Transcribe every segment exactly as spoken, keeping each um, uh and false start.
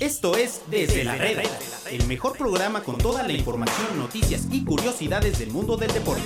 Esto es Desde la Reda, el mejor programa con toda la información, noticias y curiosidades del mundo del deporte.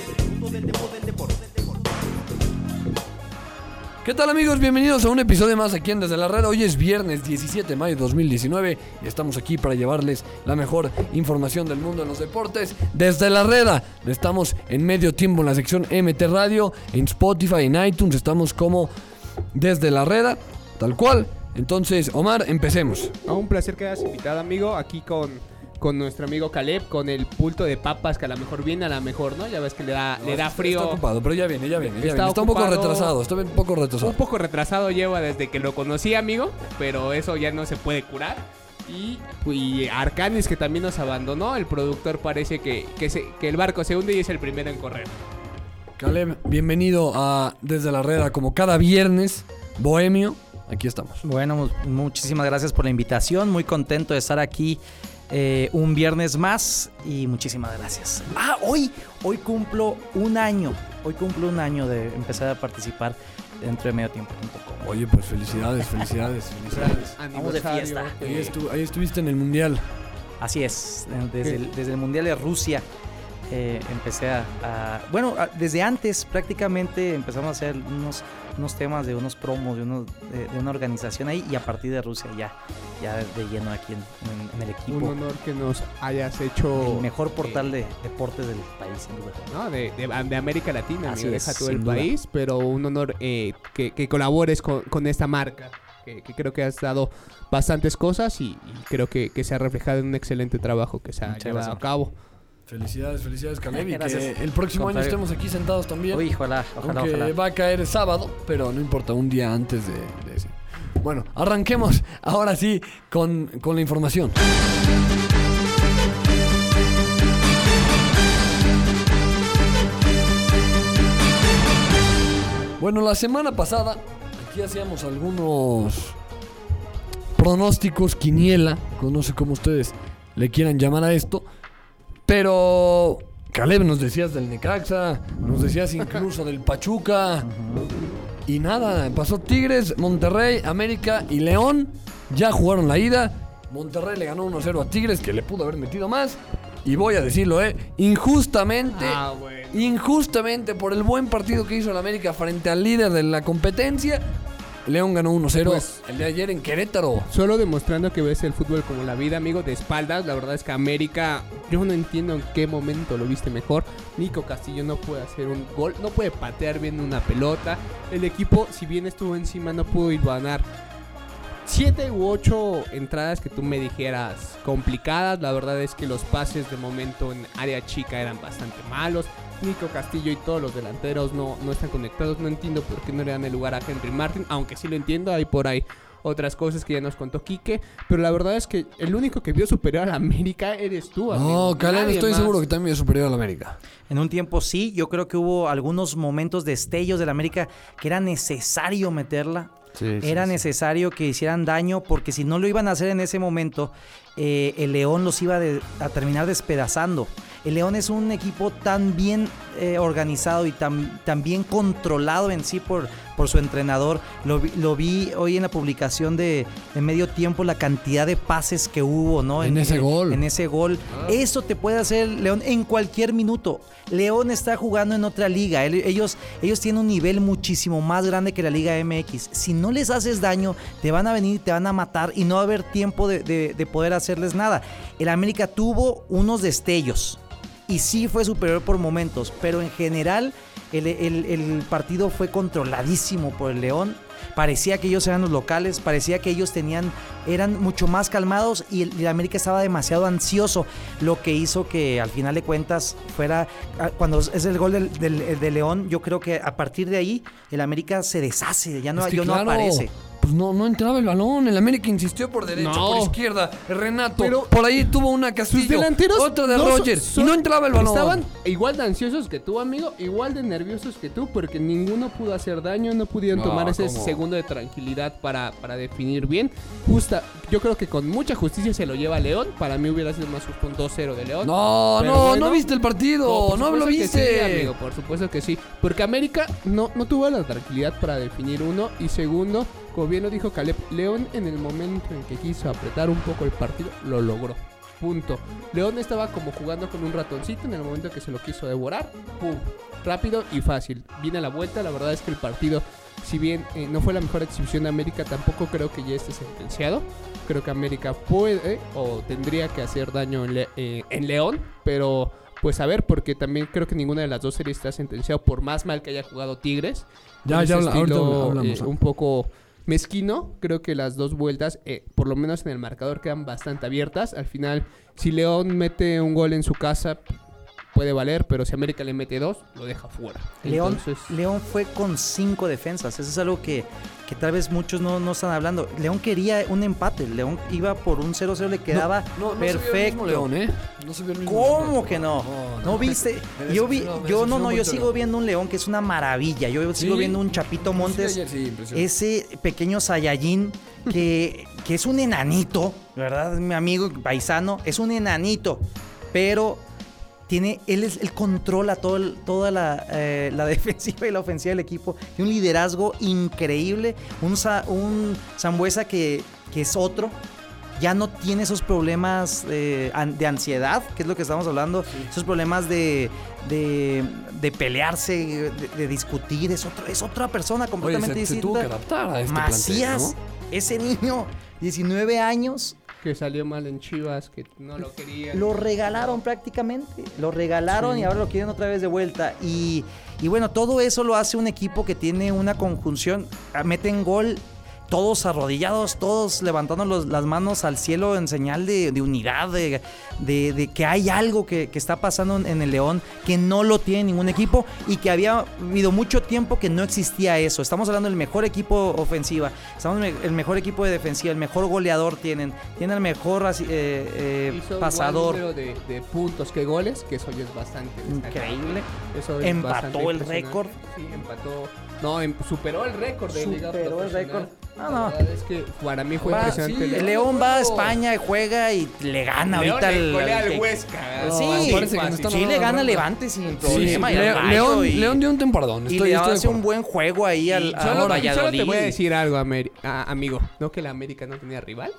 ¿Qué tal, amigos? Bienvenidos a un episodio más aquí en Desde la Reda. Hoy es viernes diecisiete de mayo de dos mil diecinueve y estamos aquí para llevarles la mejor información del mundo de los deportes. Desde la Reda, estamos en medio tiempo en la sección M T Radio, en Spotify, en iTunes, estamos como Desde la Reda, tal cual. Entonces, Omar, empecemos. Oh, un placer que hayas invitado, amigo, aquí con, con nuestro amigo Caleb, con el pulto de papas que a lo mejor viene, a lo mejor no, ya ves que le da, no, le da frío. Está ocupado, pero ya viene, ya viene, ya está, viene. Está un poco retrasado, está un poco retrasado. Un poco retrasado lleva desde que lo conocí, amigo, pero eso ya no se puede curar. Y, y Arcanis, que también nos abandonó, el productor parece que, que, se, que el barco se hunde y es el primero en correr. Caleb, bienvenido a Desde la Reda, como cada viernes, bohemio. Aquí estamos. Bueno, muchísimas gracias por la invitación. Muy contento de estar aquí eh, un viernes más y muchísimas gracias. Ah, hoy, hoy cumplo un año. Hoy cumplo un año de empezar a participar dentro de medio tiempo punto com. Oye, pues felicidades, felicidades, felicidades. Vamos de fiesta. Ahí, estu- ahí estuviste en el Mundial. Así es, desde el, desde el Mundial de Rusia. Eh, empecé a, a... Bueno, a, desde antes prácticamente empezamos a hacer unos, unos temas de unos promos, de, unos, de, de una organización ahí, y a partir de Rusia ya, ya de lleno aquí en, en, en el equipo. Un honor que nos hayas hecho... El mejor portal eh, de deportes del país, sin duda. No, de, de, de América Latina, Así amigo, es, deja todo el duda. país, pero un honor eh, que, que colabores con, con esta marca. Que, que creo que has dado bastantes cosas y, y creo que, que se ha reflejado en un excelente trabajo que se ha Muchas llevado gracias. a cabo. Felicidades, felicidades, Caleb. Y Gracias. que el próximo Contrario. año estemos aquí sentados también. Uy, ojalá, ojalá, aunque ojalá. va a caer sábado, pero no importa, un día antes de, de ese. Bueno, arranquemos ahora sí con, con la información. Bueno, la semana pasada aquí hacíamos algunos pronósticos, quiniela, no sé cómo ustedes le quieran llamar a esto, pero Caleb, nos decías del Necaxa, nos decías incluso del Pachuca, y nada, pasó Tigres, Monterrey, América y León, ya jugaron la ida. Monterrey le ganó uno cero a Tigres, que le pudo haber metido más, y voy a decirlo, eh, injustamente, Ah, bueno. injustamente por el buen partido que hizo el América frente al líder de la competencia, León ganó uno cero Pues, el de ayer en Querétaro. Solo demostrando que ves el fútbol como la vida, amigo, de espaldas. La verdad es que América, yo no entiendo en qué momento lo viste mejor. Nico Castillo no puede hacer un gol, no puede patear bien una pelota. El equipo, si bien estuvo encima, no pudo ir a ganar. Siete u ocho entradas que tú me dijeras complicadas. La verdad es que los pases de momento en área chica eran bastante malos. Nico Castillo y todos los delanteros no, no están conectados. No entiendo por qué no le dan el lugar a Henry Martin, aunque sí lo entiendo, hay por ahí otras cosas que ya nos contó Quique. Pero la verdad es que el único que vio superior a la América eres tú, amigo. No, Caleb, Nadie estoy más. seguro que también es superior a la América. En un tiempo sí, yo creo que hubo algunos momentos destellos del América que era necesario meterla. Sí, sí, Era sí. necesario que hicieran daño, porque si no lo iban a hacer en ese momento, eh, el León los iba de- a terminar despedazando. El León es un equipo tan bien eh, organizado y tan, tan bien controlado en sí por, por su entrenador. Lo, vi- lo vi hoy en la publicación de, de medio tiempo, la cantidad de pases que hubo, ¿no? En ese gol. En ese gol. Ah. Eso te puede hacer León en cualquier minuto. León está jugando en otra liga. El- Ellos, ellos tienen un nivel muchísimo más grande que la Liga M X. Si no les haces daño, te van a venir, te van a matar y no va a haber tiempo de, de- de poder hacerles nada. El América tuvo unos destellos y sí fue superior por momentos, pero en general el, el- el partido fue controladísimo por el León. Parecía que ellos eran los locales, parecía que ellos tenían, eran mucho más calmados y el, el América estaba demasiado ansioso, lo que hizo que al final de cuentas fuera, ah, cuando es el gol del, del, del León, yo creo que a partir de ahí el América se deshace, ya no, Es que ya no claro, aparece. Pues no, no entraba el balón. El América insistió por derecha, No. por izquierda. Renato, Pero por ahí tuvo una Castillo, Sus delanteros otra de no Roger, son- y no entraba el balón. Estaban igual de ansiosos que tú, amigo, igual de nerviosos que tú, porque ninguno pudo hacer daño, no pudieron No, tomar ese ¿cómo? segundo de tranquilidad para, para definir bien. Justa, yo creo que con mucha justicia se lo lleva León. Para mí hubiera sido más justo un dos cero de León. No, Pero no, bueno, no viste el partido, por no lo supuesto que viste. sí, amigo, por supuesto que sí. Porque América no, no tuvo la tranquilidad para definir uno. Y segundo, como bien lo dijo Caleb, León en el momento en que quiso apretar un poco el partido, lo logró. Punto. León estaba como jugando con un ratoncito en el momento que se lo quiso devorar. ¡Pum! Rápido y fácil. Viene a la vuelta. La verdad es que el partido, si bien eh, no fue la mejor exhibición de América, tampoco creo que ya esté sentenciado. Creo que América puede o tendría que hacer daño en, Le- eh, en León, pero pues a ver, porque también creo que ninguna de las dos series está sentenciado por más mal que haya jugado Tigres. Ya, ya habla, ahorita hablamos. Eh, un poco mezquino, creo que las dos vueltas, eh, por lo menos en el marcador, quedan bastante abiertas. Al final, si León mete un gol en su casa, puede valer, pero si América le mete dos, lo deja fuera. León, Entonces, León fue con cinco defensas. Eso es algo que, que tal vez muchos no, no están hablando. León quería un empate. León iba por un cero cero, le quedaba no, no, no perfecto. Se vio el mismo León, ¿eh? No se vio el mismo ¿Cómo León. que no? No, ¿No, no. viste? Me Yo vi, decepcionó, me yo no, decepcionó no, yo mucho sigo León. viendo un León que es una maravilla. Yo sigo Sí. viendo un Chapito Montes, Sí, ayer sí, impresionante. ese pequeño Saiyajin que, que es un enanito, ¿verdad? Mi amigo paisano, es un enanito, pero tiene, él, es, él controla todo el- toda la, eh, la defensiva y la ofensiva del equipo. Tiene un liderazgo increíble. Un, Sa- un Sambuesa que, que es otro. Ya no tiene esos problemas eh, an- de ansiedad, que es lo que estamos hablando. Esos problemas de, de, de pelearse, de, de discutir. Es, otro, es otra persona Oye, completamente se, se distinta. tuvo que adaptar a este Macías, plantel, ¿no? ese niño, diecinueve años, que salió mal en Chivas, que no lo querían. lo regalaron prácticamente. Lo regalaron Sí. y ahora lo quieren otra vez de vuelta. Y, y bueno, todo eso lo hace un equipo que tiene una conjunción. Meten gol, todos arrodillados, todos levantando los- las manos al cielo en señal de, de unidad, de, de- de que hay algo que, que está pasando en, en el León que no lo tiene ningún equipo y que había habido mucho tiempo que no existía eso. Estamos hablando del mejor equipo ofensiva, estamos en el mejor equipo de defensiva, el mejor goleador tienen, tienen el mejor así, eh, eh, Hizo igual pasador. número de, de puntos que goles, que eso ya es bastante destacable. Increíble. Eso es Empató bastante el impresionante. récord. Sí, empató. No, em- superó el récord de Liga Superó el Profesional. récord. No, La no. verdad es que para mí fue Va, impresionante. sí, el El León León va a juego. España y juega y le gana León ahorita le el, golea al- al Huesca. No, Sí, parece que no está sí nada le gana bravo. Levante sin Sí, problema. y al Le- Rayo León, y, León dio un temporadón. y Estoy, le estoy de hace un acuerdo. buen juego ahí al, Y a solo, y solo Valladolid. te voy a decir algo, Ameri- a- amigo. ¿No que la América no tenía rival?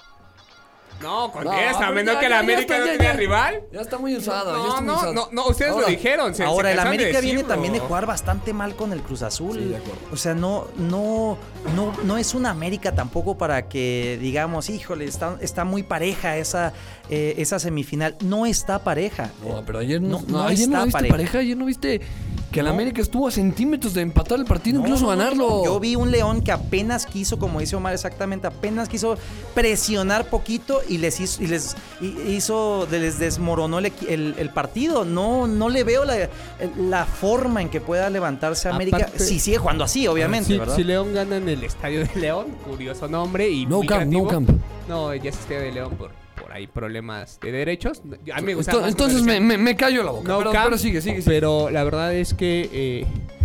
No, con No, esta, pero ¿no ya, que ya, la ya América está, no ya, tenía ya. rival? Ya está muy usada. ya No, está muy no, usada. no, no, ustedes Ahora- lo dijeron. Se, Ahora, se el cansaron de América viene decirlo. también de jugar bastante mal con el Cruz Azul. Sí, de acuerdo. O sea, no, no, no, no es una América tampoco para que digamos, híjole, está, está muy pareja esa, eh, esa semifinal. No está pareja. No, pero ayer no, No, no, no ayer no está viste pareja. pareja. Ayer no viste que el No. América estuvo a centímetros de empatar el partido, No, incluso no, no, ganarlo. no. Yo vi un León que apenas quiso, como dice Omar exactamente, apenas quiso presionar poquito y les hizo, y les hizo, les desmoronó el, equi- el- el partido. No, no le veo la, la forma en que pueda levantarse América. Aparte- si sigue jugando así, obviamente, Sí, ¿verdad? si León gana en el estadio de León, curioso nombre y No muy camp, no creativo. camp. No, ya es estadio de León por, por ahí problemas de derechos. A mí me gusta Entonces, más entonces comercial. me, me, me callo la boca. No pero, camp, pero sigue, sigue, sigue. Pero la verdad es que eh,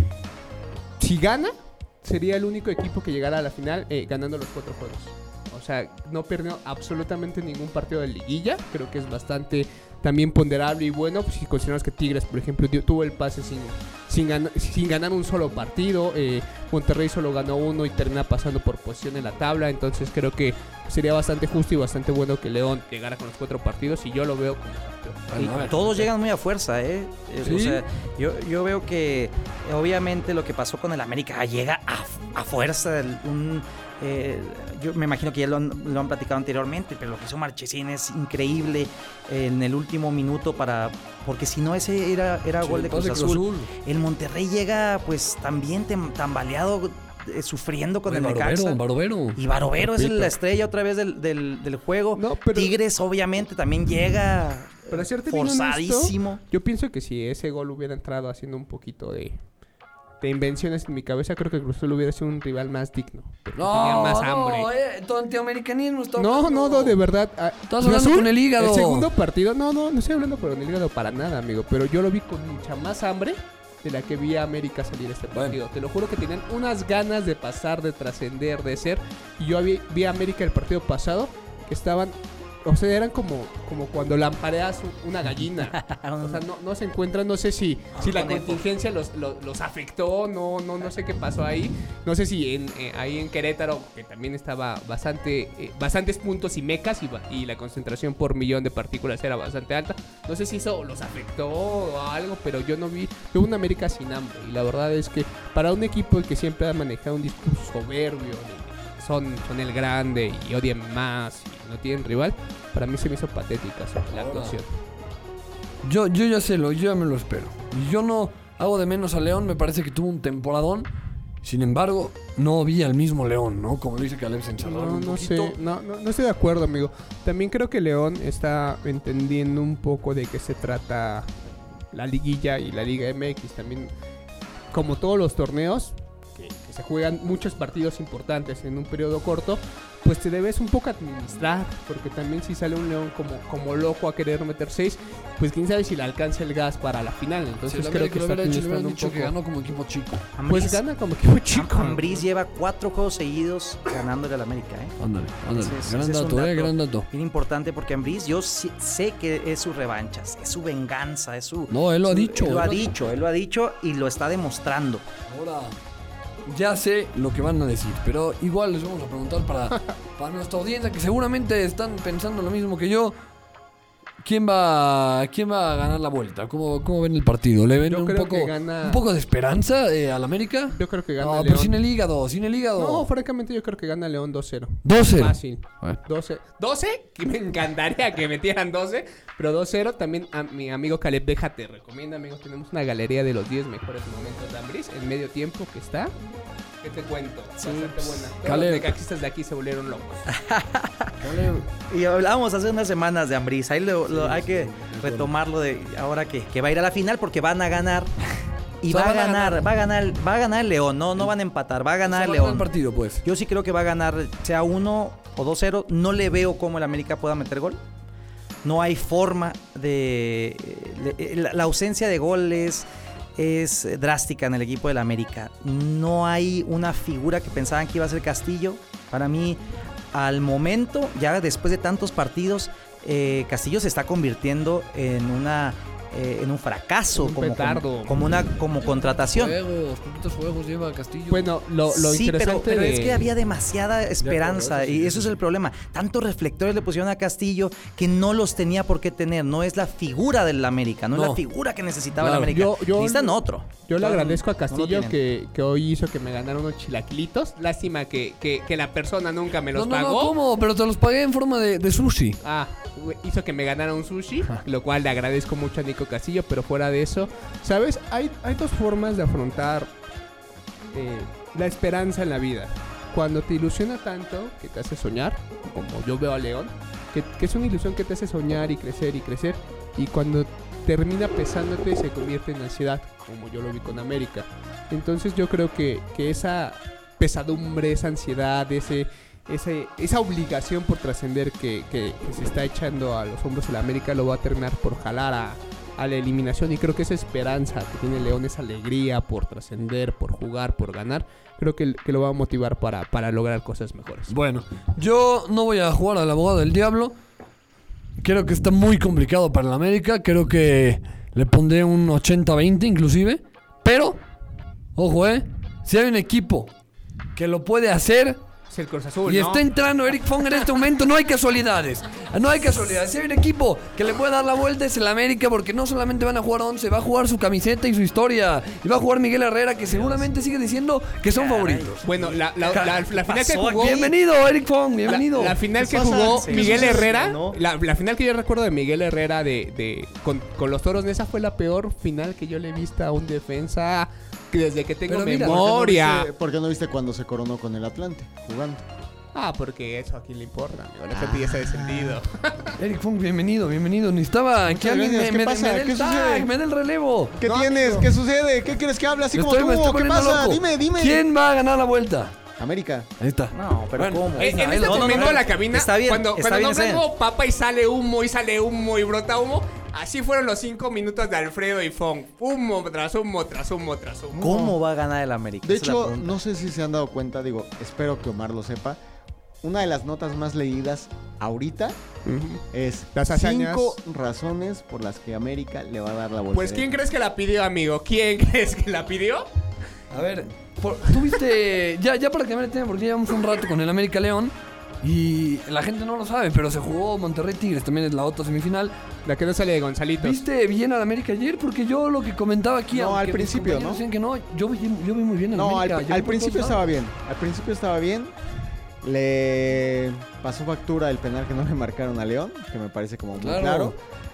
si gana, sería el único equipo que llegara a la final eh, ganando los cuatro juegos. O sea, no perdió absolutamente ningún partido de liguilla. Creo que es bastante también ponderable y bueno. Pues, si consideramos que Tigres, por ejemplo, dio- tuvo el pase sin, sin, gana- sin ganar un solo partido. Eh, Monterrey solo ganó uno y termina pasando por posición en la tabla. Entonces creo que sería bastante justo y bastante bueno que León llegara con los cuatro partidos. Y yo lo veo como campeón. Bueno, a ver. Todos llegan muy a fuerza, ¿eh? Eh, Sí. O sea, yo, yo veo que eh, obviamente lo que pasó con el América llega a, a fuerza. el- un, eh, yo me imagino que ya lo han, lo han platicado anteriormente, pero lo que hizo Marchesín es increíble eh, en el último minuto para... Porque si no, ese era, era Sí, gol de Cruz pase Azul. Azul. El Monterrey llega pues también tem- tambaleado, eh, sufriendo con Oye, el Barovero, Necaxa. Barovero. Y Barovero es Repito. la estrella otra vez del, del, del juego. No, pero- Tigres obviamente también llega Para serte bien forzadísimo. honesto, yo pienso que si ese gol hubiera entrado haciendo un poquito de, de invenciones en mi cabeza, creo que Cruz Azul hubiera sido un rival más digno. Porque tenía No, más no, hambre. eh, tu antiamericanismo está No, no, hablando. no, de verdad. ah, Estás Cruz hablando Azul, con el hígado. El segundo partido, no, no, no estoy hablando con el hígado para nada, amigo. Pero yo lo vi con mucha más hambre de la que vi a América salir este Bueno. partido. Te lo juro que tenían unas ganas de pasar, de trascender, de ser. Y yo vi, vi a América el partido pasado que estaban o sea, eran como, como cuando lampareas una gallina. O sea, no, no se encuentran, no sé si, si la contingencia los, los, los afectó, no, no, no sé qué pasó ahí. No sé si en, eh, ahí en Querétaro, que también estaba bastante, eh, bastantes puntos y mecas y, y la concentración por millón de partículas era bastante alta. No sé si eso los afectó o algo, pero yo no vi, yo vi una América sin hambre. Y la verdad es que para un equipo que siempre ha manejado un discurso soberbio, de, Son, son el grande y odian más y no tienen rival, para mí se me hizo patética la actuación. Yo, yo ya sé, lo, yo ya me lo espero. Y yo no hago de menos a León, me parece que tuvo un temporadón. Sin embargo, no vi al mismo León, ¿no? Como lo dice Caleb, se encerraron No, un no poquito. sé, no, no, no estoy de acuerdo, amigo. También creo que León está entendiendo un poco de qué se trata la liguilla y la Liga M X. También, como todos los torneos, que, que se juegan muchos partidos importantes en un periodo corto, pues te debes un poco administrar, porque también si sale un León como, como loco a querer meter seis, pues quién sabe si le alcanza el gas para la final. Entonces Si creo que lo está hubiera hecho, le administrando hubieran un dicho poco. que ganó como equipo chico. Pues gana como equipo chico. Ambriz lleva cuatro juegos seguidos ganándole al América, ¿eh? Ándale, ándale. Ese es- Gran ese es un dato, eh, gran dato. Bien importante porque Ambriz, yo sí- sé que es su revancha, es su venganza, es su... No, él lo ha su- dicho. Él lo ha él dicho, él lo ha dicho y lo está demostrando. Ahora, ya sé lo que van a decir, pero igual les vamos a preguntar para, para nuestra audiencia, que seguramente están pensando lo mismo que yo. ¿Quién va, quién va a ganar la vuelta? ¿Cómo, cómo ven el partido? ¿Le ven Yo un creo poco, que gana- un poco de esperanza eh, al América? Yo creo que gana No, León. pero sin el hígado, sin el hígado. No, francamente yo creo que gana León dos cero. dos cero. Fácil. Bueno. doce. ¿doce? Que me encantaría que metieran doce. Pero dos cero. También a mi amigo Caleb Deja te recomienda, amigo. Tenemos una galería de los diez mejores momentos de Ambriz. El medio tiempo que está. ¿Qué te cuento? Sí, Bastante pues, buena. Todos Caleb. los necaxistas de aquí se volvieron locos. Y hablábamos hace unas semanas de Ambriz, ahí lo- lo- hay que retomarlo de ahora que, que va a ir a la final porque van a ganar. Y O sea, va a van a ganar, ganar. va a ganar, va a ganar el León, no, no van a empatar, va a ganar Se el va a ganar León. el partido, pues. Yo sí creo que va a ganar, sea uno o dos cero. No le veo cómo el América pueda meter gol. No hay forma de... de- la, la ausencia de goles es drástica en el equipo del América. No hay una figura que pensaban que iba a ser Castillo. Para mí, al momento, ya después de tantos partidos, eh, Castillo se está convirtiendo en una... eh, en un fracaso Un como, petardo. como, como una como contratación. Juegos, poquitos juegos lleva Castillo. Bueno, lo, lo sí, pero, interesante pero de... es que había demasiada esperanza acuerdo, sí, y sí, eso sí. es el problema. Tantos reflectores le pusieron a Castillo que no los tenía por qué tener. No es la figura del América, no, es No. la figura que necesitaba Claro. el América. Yo- yo- Necesitan otro. Yo le No, agradezco a no lo Castillo tienen. que, que hoy hizo que me ganara unos chilaquilitos. Lástima que, que, que la persona nunca me los no, no, pagó. no, ¿cómo? Pero te los pagué en forma de, de sushi. Ah, güey, hizo que me ganara un sushi, lo cual le agradezco mucho a Nico Castillo, pero fuera de eso, ¿sabes? Hay, hay dos formas de afrontar eh, la esperanza en la vida. Cuando te ilusiona tanto que te hace soñar, como yo veo a León, que, que es una ilusión que te hace soñar y crecer y crecer, y cuando termina pesándote y se convierte en ansiedad, como yo lo vi con América. Entonces yo creo que, que esa pesadumbre, esa ansiedad, ese... Ese, esa obligación por trascender que, que- que se está echando a los hombros de la América lo va a terminar por jalar a, a la eliminación, y creo que esa esperanza que tiene León, esa alegría por trascender, por jugar, por ganar, creo que, que lo va a motivar para, para lograr cosas mejores. Bueno, yo no voy a jugar al abogado del diablo. Creo que está muy complicado para el América. Creo que le pondré un ochenta veinte inclusive. Pero, ojo, eh. Si hay un equipo que lo puede hacer Es el Cruz Azul, y ¿no? está entrando Eric Fong en este momento, no hay casualidades. No hay casualidades. Si hay un equipo que le puede dar la vuelta es el América, porque no solamente van a jugar once, va a jugar su camiseta y su historia. Y va a jugar Miguel Herrera, que seguramente sigue diciendo que son favoritos. Bueno, la, la, la, la final que pasó jugó... Bienvenido, Eric Fong, bienvenido. La, la final que pasa? jugó Sí. Miguel ¿Qué sucede? Herrera, ¿No? la, la final que yo recuerdo de Miguel Herrera de, de con, con los Toros Neza fue la peor final que yo le he visto a un defensa que desde que tengo Pero mira, memoria. ¿Por qué no viste cuando se coronó con el Atlante jugando? Ah, porque eso a quién le importa, amigo. La gente ya está descendido. Eric Fong, bienvenido, bienvenido. Necesitaba que alguien gracias. me, ¿Qué me, pasa? me dé ¿Qué el tag, sucede? me dé el relevo. ¿Qué No, tienes? amigo. ¿Qué sucede? ¿Qué quieres que hable así Me como estoy- me tú? estoy ¿Qué poniendo pasa? loco. Dime, dime. ¿Quién va a ganar la vuelta? América. Ahí está. No, pero Bueno, ¿cómo? Eh, en ahí este no, no, momento no. la cabina, Está bien, cuando, está cuando bien, nombran está bien. como papa y sale humo y sale humo y brota humo, así fueron los cinco minutos de Alfredo y Fong. Humo tras humo, tras humo, tras humo. ¿Cómo va a ganar el América? De Esa es la hecho, pregunta. no sé si se han dado cuenta, digo, espero que Omar lo sepa. una de las notas más leídas ahorita Ujú. es Las hazañas. cinco razones por las que América le va a dar la vuelta. Pues, ¿quién crees que la pidió, amigo? ¿Quién crees que la pidió? A ver, por- tú viste, ya, ya para que me entiendan, porque llevamos un rato con el América León y la gente no lo sabe, pero se jugó Monterrey Tigres, también es la otra semifinal. La que no sale de Gonzalitos. ¿Viste bien al América ayer? Porque yo lo que comentaba aquí, No, aunque al mis principio, compañeros ¿no? decían que no, yo vi, yo vi muy bien al No, al, América. yo al vi por principio todos estaba lados. bien. Al principio estaba bien. Le pasó factura el penal que no le marcaron a León, que me parece como muy Claro. claro.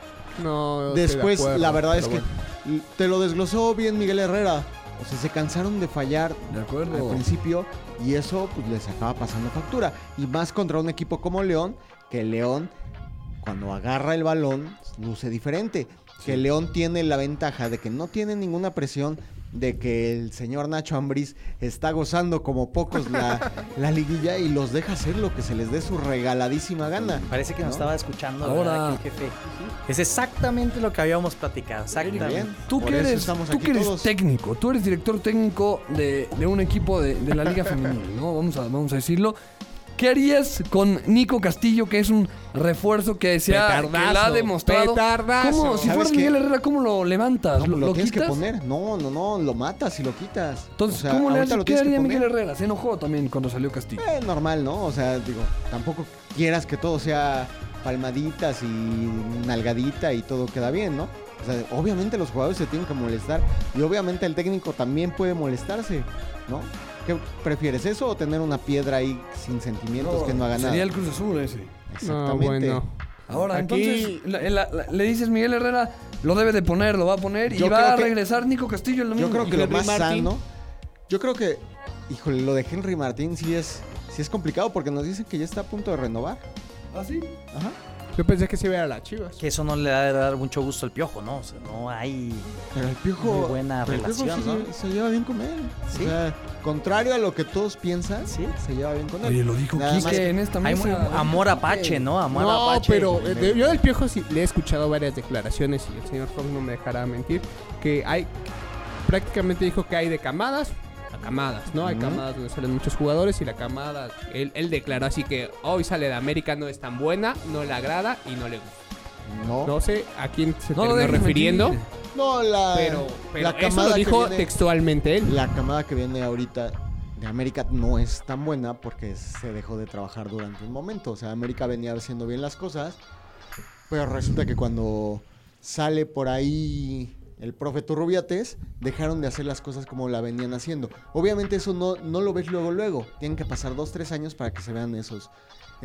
No, estoy de Después, acuerdo, la verdad es pero que bueno. l- te lo desglosó bien Miguel Herrera. O sea, se cansaron de fallar De al acuerdo. principio y eso pues les acaba pasando factura. Y más contra un equipo como León, que León cuando agarra el balón luce diferente. Que León tiene la ventaja de que no tiene ninguna presión, de que el señor Nacho Ambriz está gozando como pocos la, la liguilla y los deja hacer lo que se les dé su regaladísima gana. Parece que nos ¿no? estaba escuchando Ahora- ¿verdad? Aquí el jefe. Es exactamente lo que habíamos platicado. Exactamente. Bien, Tú por que eso eres, estamos tú aquí que eres todos. técnico, tú eres director técnico de, de un equipo de, de la Liga Femenil, ¿no? Vamos a, vamos a decirlo. ¿Qué harías con Nico Castillo, que es un refuerzo que se ha, que Petardazo, la ha demostrado? petardazo. ¿Cómo? Si ¿Sabes fuera qué? Miguel Herrera, ¿cómo lo levantas? No, ¿Lo, lo, lo tienes quitas? que poner. No, no, no, lo matas y lo quitas. Entonces, O sea, ¿cómo le ahorita haces? lo ¿Qué tienes que haría poner. Miguel Herrera? Se enojó también cuando salió Castillo. Eh, normal, ¿no? O sea, digo, tampoco quieras que todo sea palmaditas y nalgadita y todo queda bien, ¿no? O sea, obviamente los jugadores se tienen que molestar y obviamente el técnico también puede molestarse, ¿no? ¿Qué prefieres, eso o tener una piedra ahí sin sentimientos que no haga nada? Sería el Cruz Azul ese. No, Exactamente. bueno. Ahora, Aquí- entonces, la- la- la- le dices Miguel Herrera, lo debe de poner, lo va a poner Yo y va creo a que- regresar Nico Castillo el domingo. Yo creo que ¿Y lo Henry más Martín? sano, yo creo que, híjole, lo de Henry Martín sí es, sí es complicado porque nos dicen que ya está a punto de renovar. ¿Ah, sí? Ajá. Yo pensé que se iba a las Chivas. Que eso no le da de dar mucho gusto al Piojo, ¿no? O sea, no hay... Pero el Piojo, Muy buena pero el Piojo relación, sí ¿no? se, se lleva bien con él. ¿Sí? O sea, contrario a lo que todos piensan, ¿Sí? se lleva bien con él. Oye, lo dijo Nada más Quique que- en esta Hay mesa. muy- amor apache, ¿no? Amor No, apache. pero eh, de- yo del Piojo sí le he escuchado varias declaraciones y el señor Fox no me dejará mentir, que hay, prácticamente dijo que hay de camadas a camadas, ¿no? Hay Ujú. camadas donde salen muchos jugadores y la camada, él, él declaró así que hoy sale de América, no es tan buena, no le agrada y no le gusta. No, No sé a quién se No lo terminó dejes refiriendo, mentir. no, la, pero, pero la eso camada lo que dijo viene- textualmente él. La camada que viene ahorita de América no es tan buena porque se dejó de trabajar durante un momento. O sea, América venía haciendo bien las cosas, pero resulta que cuando sale por ahí el profe Turrubiates, dejaron de hacer las cosas como la venían haciendo. Obviamente eso no, no lo ves luego, luego. Tienen que pasar dos, tres años para que se vean esos,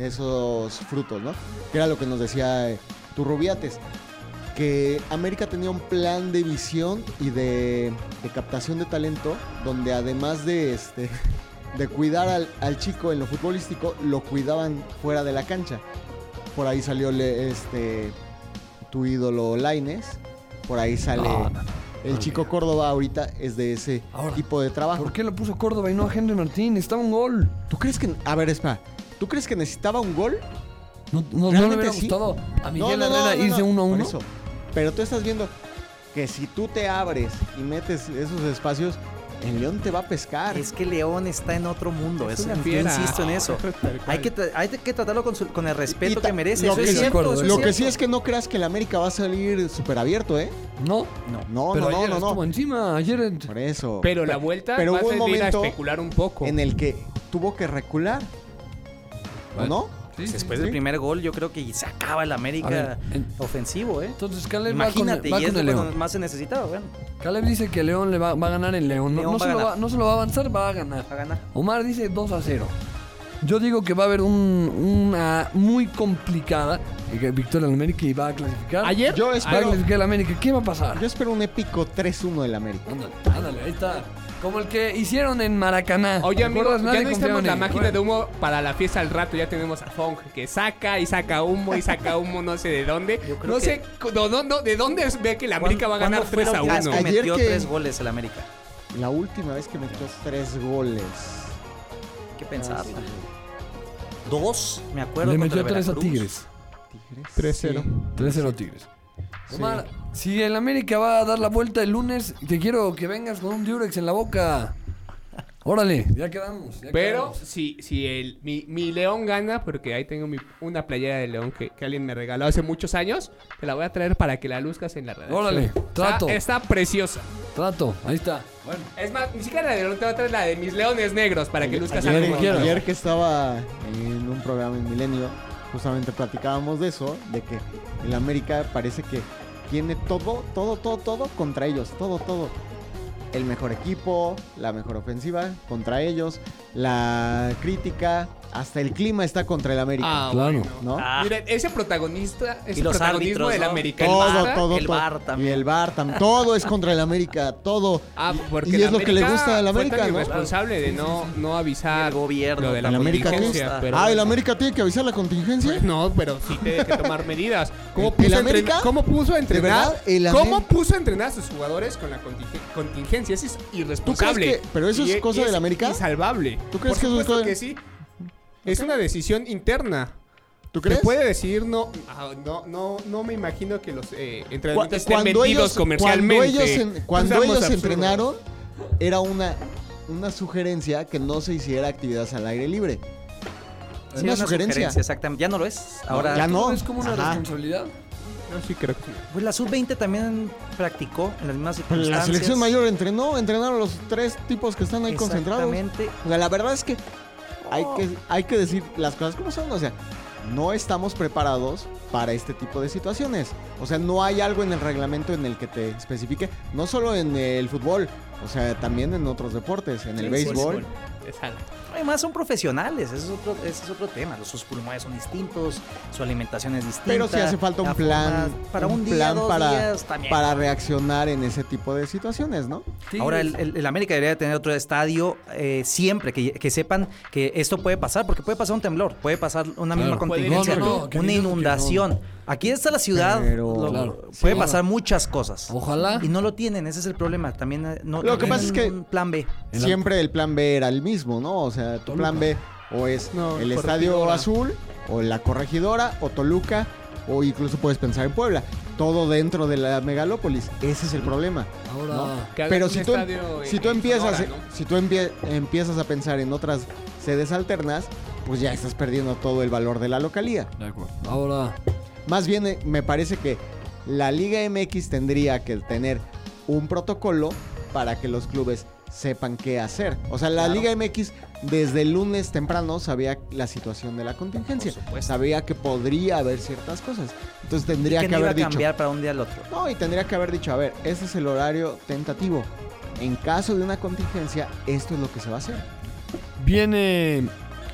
esos frutos, ¿no? Que era lo que nos decía eh, Turrubiates. Que América tenía un plan de visión y de, de captación de talento, donde además de este de cuidar al, al chico en lo futbolístico, lo cuidaban fuera de la cancha. Por ahí salió le- este tu ídolo Lainez, por ahí sale Ah, el chico Córdoba, ahorita es de ese Ahora, tipo de trabajo. ¿Por qué lo puso Córdoba y no a Henry Martín? Estaba un gol. ¿Tú crees que, a ver, espera, ¿tú crees que necesitaba un gol? No, no, no le Realmente hubiera sí. gustado a Miguel No, no, no, Herrera no, irse no, uno a por uno. eso. Pero tú estás viendo que si tú te abres y metes esos espacios, el León te va a pescar. Es que León está en otro mundo. Es Eso, una yo fiera. insisto en eso. Tal cual. Hay que, tra- hay que tratarlo con, su- con el respeto Y ta- que merece. lo Eso que es sí- cierto. acuerdo, eso ¿eh? Lo es que sí cierto. es que no creas que el América va a salir súper abierto, ¿eh? No, No. No, pero no, ayer no, no, estuvo no. encima. Ayer en- Por eso. Pero la vuelta pero va a hubo un servir a momento especular un poco. en el que tuvo que recular. ¿O Bueno. no? Sí, sí, Después sí. del primer gol, yo creo que se acaba el América A ver, en- ofensivo, ¿eh? Entonces Caleb va Imagínate, con, va y es con el cuando León. más se necesitaba, bueno, Caleb dice que León le va, va a ganar en León. No, León no va a solo ganar. va, no solo va a avanzar, va a ganar. a ganar. Omar dice dos a cero. Yo digo que va a haber un- una muy complicada y que victoria del América y va a clasificar. Ayer, Yo va a espero, clasificar el América. ¿Qué va a pasar? yo espero un épico tres uno del América. Ándale, ándale, ahí está. Como el que hicieron en Maracaná. oye, ¿Te amigo, acuerdas? ya Nadie no confiaba necesitamos en la él. máquina de humo para la fiesta al rato. Ya tenemos a Fong que saca y saca humo y saca humo no sé de dónde. Yo creo No que- sé no, no, no, de dónde ve que la América va a ganar ¿Cuándo fue tres la a última vez uno. que Ayer metió que- tres goles el América? La última vez que metió tres goles. ¿Qué pensar? Dos, me acuerdo. Le contra metió tres a Veracruz. Tigres. Tigres. tres cero. Sí. tres cero Tigres. Omar, si el América va a dar la vuelta el lunes, te quiero que vengas con un Durex en la boca. Órale, ya quedamos. Ya Pero quedamos. si, si el, mi, mi León gana, porque ahí tengo mi, una playera de León que, que alguien me regaló hace muchos años, te la voy a traer para que la luzcas en la redacción. Órale, trato. Está, está preciosa. Trato, ahí está. Bueno. Es más, ni siquiera la de León, te voy a traer la de mis leones negros para que luzcas Ayer, algo. quieras. ayer que estaba en un programa en Milenio, justamente platicábamos de eso, de que el América parece que tiene todo, todo, todo, todo contra ellos, todo, todo. El mejor equipo, la mejor ofensiva contra ellos, la crítica, hasta el clima está contra el América, Ah, Claro. ¿no? Ah, Miren, ese protagonista, ese Y los protagonismo árbitros, del ¿no? americanismo. Todo, todo, el todo. V A R también. Y el V A R también. Todo es contra el América, todo. Ah, porque y el es lo que le América gusta al América, fue tan ¿no? irresponsable de no, no avisar El gobierno, lo de la ¿El América qué? contingencia. Pero, Ah, el América tiene que avisar la contingencia. Pues no, pero sí tiene que tomar medidas. ¿Cómo ¿El- puso, el a América? entrenar, ¿Cómo puso a entrenar? verdad? ¿El ¿Cómo Amé- puso a entrenar a sus jugadores con la continge- contingencia? Eso es irresponsable. que- pero eso es Y cosa y del América? Insalvable. ¿Tú crees Por que eso es supuesto cosa- que sí? Es una decisión interna. ¿Tú Se crees? puede decir no, ah, no, no, no me imagino que los eh, Cu- entrenamientos estén cuando vendidos ellos, comercialmente. cuando ellos, en- cuando Seamos ellos absurdos. entrenaron, era una, una sugerencia que no se hiciera actividades al aire libre. Es Sí, una, sugerencia. exactamente. Ya no lo es. Ahora, ya no. ¿Es como una Ajá. responsabilidad? No, sí creo que sí. pues la sub veinte también practicó en las mismas Pero circunstancias. la selección mayor entrenó, entrenaron los tres tipos que están ahí concentrados. Exactamente. O sea, la verdad es que hay que, hay que decir las cosas como son. O sea, no estamos preparados para este tipo de situaciones. O sea, no hay algo en el reglamento en el que te especifique, no solo en el fútbol, o sea, también en otros deportes, en el Sí, béisbol. sí, sí. Exacto. Además son profesionales, ese es otro, ese es otro tema. Sus pulmones son distintos, su alimentación es distinta. Pero sí hace falta un la plan, forma- para un, un día, plan dos para, días también. para reaccionar en ese tipo de situaciones, ¿no? Ahora, el, el- el América debería de tener otro estadio eh, siempre, que, que sepan que esto puede pasar, porque puede pasar un temblor, puede pasar una misma Claro. contingencia, No, no, no, que una digas que inundación. no. Aquí está la ciudad, Pero- lo- Claro. puede Sí. pasar muchas cosas. Ojalá. Y no lo tienen, ese es el problema. También eh, no, Lo no que pasa es tienen que- un plan B. En la- Siempre el plan B era el mismo, ¿no? O sea, tu Toluca. plan B o es No, el Estadio Corregidora. Azul, o la Corregidora, o Toluca, o incluso puedes pensar en Puebla. Todo dentro de la megalópolis. Ese es el problema. Ahora, Que hagan Pero un si tú, estadio en- si tú en empiezas, Sonora, ¿no? si tú empie- empiezas a pensar en otras sedes alternas, pues ya estás perdiendo todo el valor de la localía. de acuerdo. Ahora, Más bien, eh, me parece que la Liga M X tendría que tener un protocolo para que los clubes sepan qué hacer. O sea, la Claro. Liga M X desde el lunes temprano sabía la situación de la contingencia. Por supuesto. Sabía que podría haber ciertas cosas. Entonces tendría que que no iba haber a dicho. cambiar para un día al otro. No, y tendría que haber dicho, a ver, este es el horario tentativo. En caso de una contingencia, esto es lo que se va a hacer. viene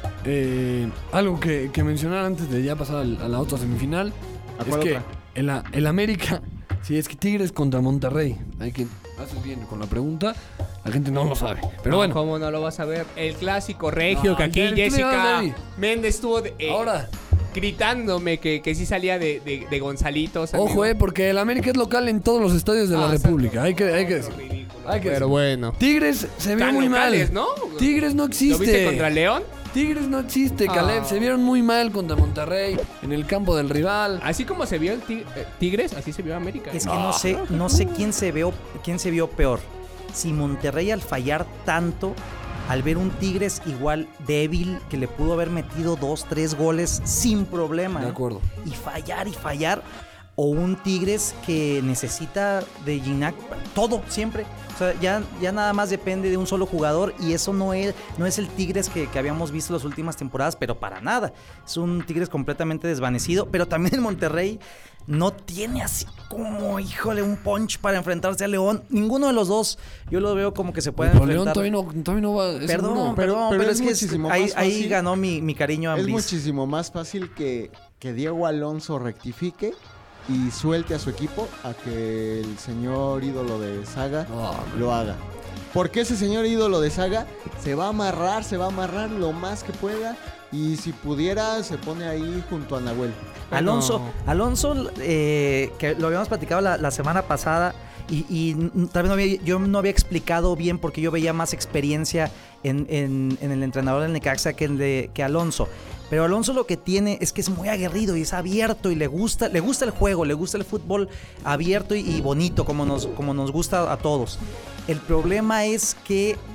eh, algo que, que mencionar antes de ya pasar al- a la otra semifinal. ¿A Es cuál que otra? el, a- el América, si es que Tigres contra Monterrey. Hay que haces bien con la pregunta. La gente no lo sabe. Pero No, bueno, ¿cómo no lo vas a ver? El clásico regio No, que aquí ya, ¿qué le vas Jessica a ver? Méndez estuvo de- eh, ahora, gritándome que, que sí salía de, de, de Gonzalitos. ojo, amigo. eh, porque el América es local en todos los estadios de la Ah, República. exacto. Hay que, hay que decir. Ridículo. Hay que Pero decir. bueno. Tigres se vio Tan muy locales, mal. ¿no? Tigres no ¿Lo viste existe. contra León? Tigres no existe, Caleb. Ah. Se vieron muy mal contra Monterrey en el campo del rival. Así como se vio el Ti- eh, Tigres, así se vio América. Es que no sé, no sé quién se vio, quién se vio peor. Si Monterrey al fallar tanto, al ver un Tigres igual débil, que le pudo haber metido dos, tres goles sin problema. De ¿eh? acuerdo. Y fallar y fallar. O un Tigres que necesita de Gignac todo, siempre. O sea, ya, ya nada más depende de un solo jugador y eso no es, no es el Tigres que, que habíamos visto las últimas temporadas, pero para nada. Es un Tigres completamente desvanecido, pero también el Monterrey no tiene así como, híjole, un punch para enfrentarse a León. Ninguno de los dos yo lo veo como que se puedan Pero León enfrentar. todavía no, todavía no va. es Perdón, seguro. Pero- perdón, pero pero, es es que es- muchísimo ahí, más ahí fácil. ganó mi, mi cariño a Es Ambriz. muchísimo más fácil que, que Diego Alonso rectifique y suelte a su equipo a que el señor ídolo de Saga No, lo haga. Porque ese señor ídolo de Saga se va a amarrar, se va a amarrar lo más que pueda y si pudiera se pone ahí junto a Nahuel. Alonso, No. Alonso, eh, que lo habíamos platicado la, la semana pasada y, y n- tal vez no había- yo no había explicado bien porque yo veía más experiencia en, en- en el entrenador del Necaxa que, el de, que Alonso. Pero Alonso lo que tiene es que es muy aguerrido y es abierto y le gusta, le gusta el juego, le gusta el fútbol abierto y, y bonito como nos, como nos gusta a todos. El problema es que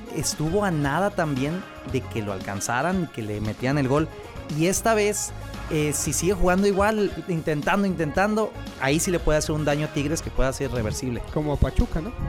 estuvo a nada también de que lo alcanzaran, que le metían el gol. Y esta vez, eh, si sigue jugando igual, intentando, intentando, ahí sí le puede hacer un daño a Tigres que pueda ser irreversible. Como Pachuca, ¿no?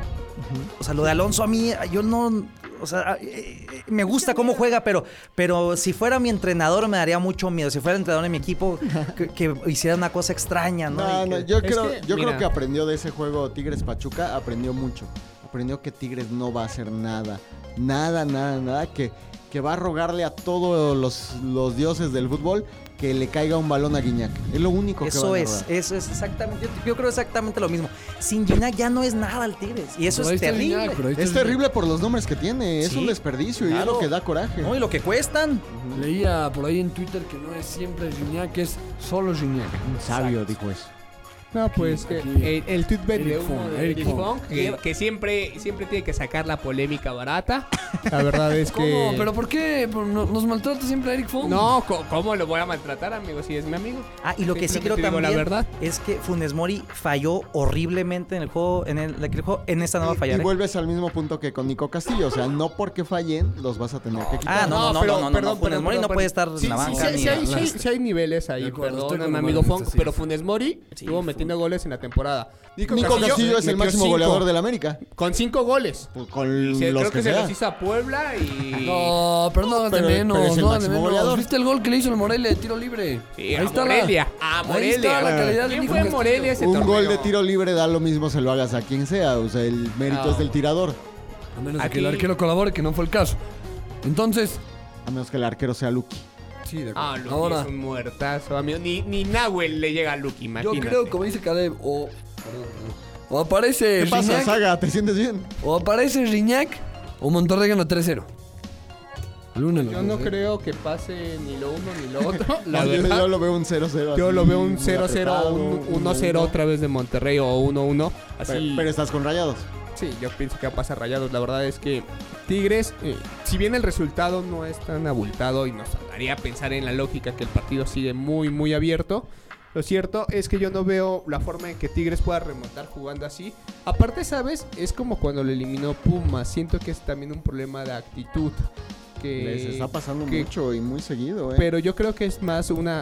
O sea, lo de Alonso a mí, yo no... O sea, eh, eh, me gusta cómo juega, pero, pero si fuera mi entrenador me daría mucho miedo. Si fuera el entrenador de mi equipo, que, que hiciera una cosa extraña, ¿no? No, Y no, que- yo, Es creo, que, yo mira. creo que aprendió de ese juego Tigres Pachuca, aprendió mucho. Aprendió que Tigres no va a hacer nada. Nada, nada, nada. Que, que va a rogarle a todos los, los dioses del fútbol que le caiga un balón a Guiñac. Es lo único que Eso van a es, rogar. eso es exactamente, yo, yo creo exactamente lo mismo. Sin Gignac ya no es nada el Tigres. Y eso Pero ahí es está terrible. Gignac, pero ahí está Es Gignac. terrible por los nombres que tiene. Es Sí, un desperdicio y es claro. lo que da coraje. No, y lo que cuestan. Leía por ahí en Twitter que no es siempre Gignac, es solo Gignac. Un sabio dijo eso. No, pues Aquí, eh, aquí. el, el tweet de Eric uno Fong, de Eric Eric Fong. Fong, que, que siempre, siempre tiene que sacar la polémica barata. La verdad es que... ¿Cómo? ¿Pero por qué? Pues no- Nos maltrata siempre a Eric Fong. No, co- ¿cómo lo voy a maltratar, amigo? Si es mi amigo. Ah, y lo que sí creo Simplemente digo también la verdad. es que Funes Mori falló horriblemente en el juego, en el, el juego, en esta no va a Y, fallar. y ¿eh? vuelves al mismo punto que con Nico Castillo. O sea, no porque fallen, los vas a tener que quitar. Ah, no, no, no, pero- no, no, perdón, no, Funes perdón, Mori no perdón, puede perdón. estar Sí, en la sí, banca sí, ni sí, hay, nada. sí, hay- sí hay niveles ahí, De acuerdo, estoy perdón, con amigo Omar en Fong, este, sí. pero Funes Mori Sí, estuvo Fun- metiendo goles en la temporada. Nico Castillo es el metió máximo cinco, goleador del América. Con cinco goles. Pues con Y se- los creo que, que se sea. los hizo a Puebla y... No, pero no hagas de Pero- menos, pero es el no hagas de máximo menos. goleador. ¿Viste el gol que le hizo el Morelia de tiro libre? Sí, ahí a está Morelia. La, A Ahí Morelia. está la calidad de ¿Quién Nico fue Castillo. Morelia ese Un torneo? gol de tiro libre da lo mismo se lo hagas a quien sea. O sea, el mérito No. es del tirador. A menos de que Aquí- el arquero colabore, que no fue el caso. Entonces, A menos que el arquero sea Lucky. sí, de acuerdo. Ah, Lucky Ahora, es un muertazo, amigo. Ni, ni Nahuel le llega a Lucky, yo imagínate. creo, como dice Caleb, o, perdón, perdón. o aparece ¿Qué pasa, Gignac, Saga? ¿Te sientes bien? o aparece Gignac, o Monterrey gana tres cero. El uno de los Yo dos, no ¿eh? creo que pase ni lo uno ni lo otro. La No, yo, verdad. yo lo veo un cero cero. Yo así, lo veo un muy cero cero o apretado, un uno uno cero uno. otra vez de Monterrey o uno uno. Así. Pero, pero estás con Rayados. Sí, yo pienso que va a pasar Rayados. La verdad es que Tigres, eh, si bien el resultado no es tan abultado y nos haría pensar en la lógica que el partido sigue muy, muy abierto, lo cierto es que yo no veo la forma en que Tigres pueda remontar jugando así. Aparte, ¿sabes? Es como cuando lo eliminó Pumas. Siento que es también un problema de actitud. Que, Les está pasando que- mucho y muy seguido, ¿eh? Pero yo creo que es más una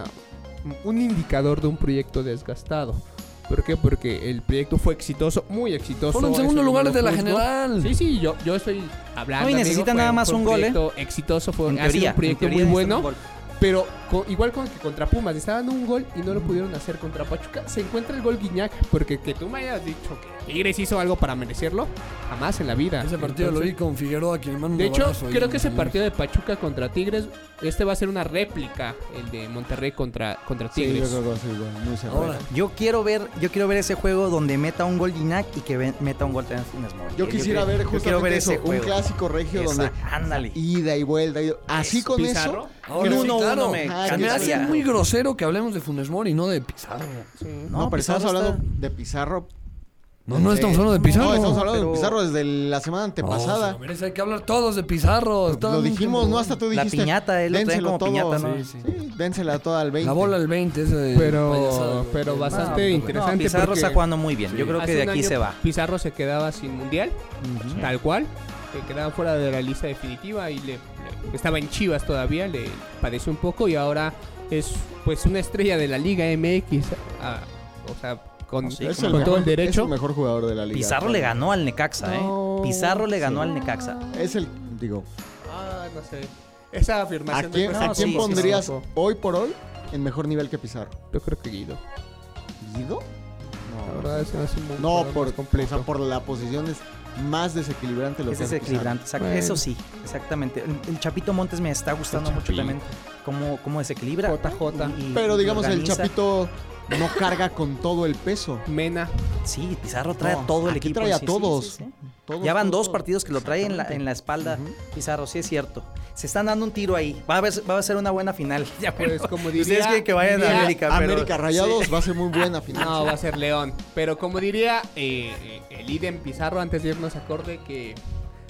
un indicador de un proyecto desgastado. ¿Por qué? Porque el proyecto fue exitoso, muy exitoso. Fueron eso segundo yo lugar no lo de la juzgo. general. Sí, sí, yo, yo estoy hablando. No, y amigo, necesita fue- nada más fue un gol, ¿eh? proyecto exitoso, fue En ha sido teoría, un proyecto en teoría muy necesitan bueno. un gol. Pero co- igual con que contra Pumas estaban un gol y no lo pudieron hacer contra Pachuca. Se encuentra el gol Guiñac. Porque que tú me hayas dicho que Tigres hizo algo para merecerlo, jamás en la vida. Ese partido lo Entonces, vi con Figueroa, quien le manda un de hecho, golazo ahí creo en que ese el- partido de Pachuca contra Tigres, este va a ser una réplica, el de Monterrey contra, contra Sí, yo Tigres. creo que va a ser igual, muy cerrado. Ahora, Yo quiero ver, yo quiero ver ese juego donde meta un gol Gignac y que ve- meta un gol también Funes Mori. Yo quisiera quiero- ver yo justamente quiero ver eso, ese un juego. clásico regio Esa- donde ándale. ida y vuelta. y- Así con Pizarro. eso. ahora Un sí, uno a claro, uno me Ah, se me hace encantaría. muy grosero que hablemos de Funes Mori y no de Pizarro. No, pero Pizarro estamos hablando está- de Pizarro. No, no estamos hablando de Pizarro. No, estamos hablando pero- de Pizarro desde la semana No, antepasada. se lo merece, hay que hablar todos de Pizarro. está Lo muy dijimos, cabrón. ¿no? Hasta tú La dijiste. piñata, él lo traía dénselo como todo. piñata, ¿no? Sí, sí. Sí, dénsela toda al veinte. La bola al veinte, ese Pero- payasada, pero el- bastante no, interesante. No, Pizarro porque está jugando muy bien. Sí. Yo creo que hace de un aquí año se va. Pizarro se quedaba sin mundial, tal cual. Que quedaba fuera de la lista definitiva y le, le- estaba en Chivas todavía, le padeció un poco y ahora es pues una estrella de la Liga M X. ah, o sea, con, Sí, Es con el todo mejor- el derecho. Es el mejor jugador de la liga. Pizarro le ganó al Necaxa, ¿eh? No, Pizarro le ganó sí. al Necaxa. Es el, digo, Ah, no sé. Esa ¿a afirmación quién, me a no, quién sí, sí, pondrías sí. hoy por hoy en mejor nivel que Pizarro? Yo creo que Guido. ¿Guido? La No, verdad es que hace un no jugador por, más o completo. sea, por la posición es más desequilibrante lo Es que hace desequilibrante, exacto. Bueno. Eso sí, exactamente. El, el Chapito Montes me está gustando El mucho Chapito. también. Cómo, cómo desequilibra. J J. y- y- Pero y digamos, el organiza. Chapito no carga con todo el peso. Mena. Sí, Pizarro trae No, a todo el aquí equipo. trae a sí, sí, todos. sí, sí. Todos, Ya van todos, dos partidos que lo trae en la, en la espalda. Ujú. Pizarro, sí es cierto. Se están dando un tiro ahí. Va a, ver, va a ser una buena final. Ya, Pues bueno. como Ustedes diría, quieren que vayan a diría- América, pero... América Rayados va a ser muy buena final. No, va a ser León. Pero como diría eh, eh, el Iden Pizarro antes de irnos a corte, que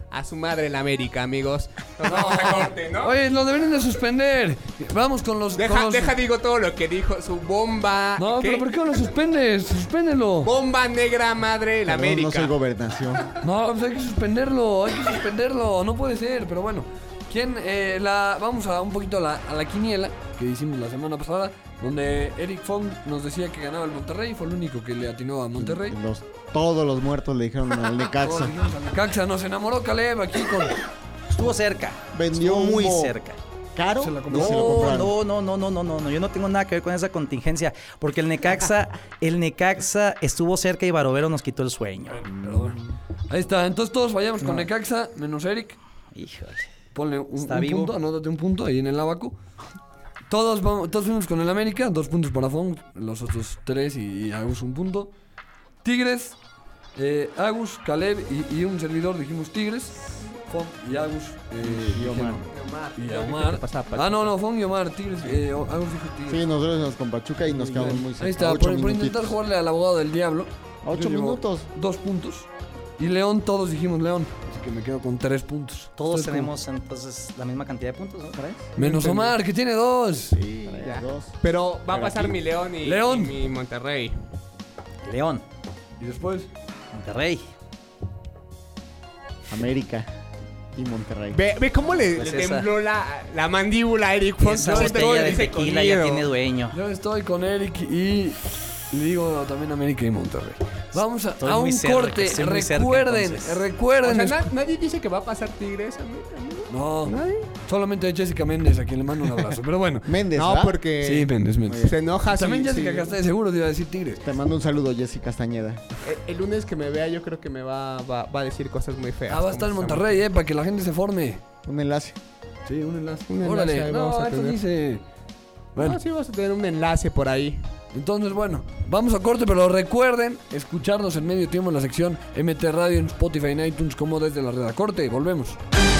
a su madre la América, amigos. Nos vamos a corte, ¿no? Oye, lo deberían de suspender. Vamos con los... Deja, con los... deja digo todo lo que dijo, su bomba. No, ¿qué? pero ¿por qué no lo suspendes? Suspéndelo. Bomba negra madre la Perdón, América. no soy gobernación. No, pues hay que suspenderlo, hay que suspenderlo. No puede ser, pero bueno. ¿Quién? Eh, la, vamos a un poquito a la, a la quiniela que hicimos la semana pasada, donde Eric Fong nos decía que ganaba el Monterrey. Fue el único que le atinó a Monterrey. Los, todos los muertos le dijeron al Todos Necaxa. dijimos al Necaxa. Nos enamoró Caleb aquí con... Estuvo cerca. Vendió Estuvo muy humo. cerca. ¿Caro? Se la compró. No, se lo No, compraron. no, no, no, no, no, no, no, yo no tengo nada que ver con esa contingencia, porque el Necaxa, el Necaxa estuvo cerca y Barovero nos quitó el sueño. Pero bueno. Ahí está, entonces todos fallamos con Necaxa, menos Eric. Híjole. Ponle un, Está un vivo. punto, anótate un punto ahí en el abaco. Todos, vamos, todos fuimos con el América, dos puntos para Fong, los otros tres y, y Agus un punto. Tigres, eh, Agus, Caleb y, y un servidor dijimos Tigres. Fong y Agus eh, Y Omar. dijeron- y Omar. Ah, no, no, Fong y Omar, Tigres. Eh, Agus dijo Tigres. Sí, nosotros nos con Pachuca y nos quedamos muy cerca. Ahí está, Ocho por, por minutitos. intentar jugarle al abogado del diablo. Ocho yo llevo minutos. Dos puntos. Y León, todos dijimos León. Así que me quedo con tres puntos. Todos Ustedes tenemos entonces la misma cantidad de puntos, ¿no? ¿Tres? como- Menos Omar, que tiene dos. Sí, Ya. dos. Pero va a Pero pasar aquí- mi León y, León. y mi Monterrey. León, Y después... Monterrey. América y Monterrey. Ve, ve cómo le, Pues le esa- tembló la, la mandíbula a Eric Fong. Esa No, botella de dice tequila ya conmigo. tiene dueño. Yo estoy con Eric y le digo también América y Monterrey. Vamos a, Estoy a muy un cerca, corte. estoy muy cerca, Recuerden, entonces. O recuerden. sea, na- nadie dice que va a pasar Tigres, amigo. amigo. No, ¿Nadie? solamente Jessica Méndez, a quien le mando un abrazo. Pero bueno. Méndez, No, ¿verdad? porque Sí, Méndez, Méndez. se enoja. si- También Jessica si- Castañeda, seguro te iba a decir Tigres. Te mando un saludo, Jessica Castañeda. El, el lunes que me vea, yo creo que me va, va, va a decir cosas muy feas. Ah, va a estar en como Monterrey, eh, para que la gente se forme. Un enlace. Sí, un enlace. Un enlace Órale, ahí no, vamos a eso tener. dice. estamos. Bueno, No, sí, vamos a tener un enlace por ahí. entonces, bueno, vamos a corte, pero recuerden escucharnos en medio tiempo en la sección M T Radio en Spotify y iTunes como desde la red. Corte, volvemos.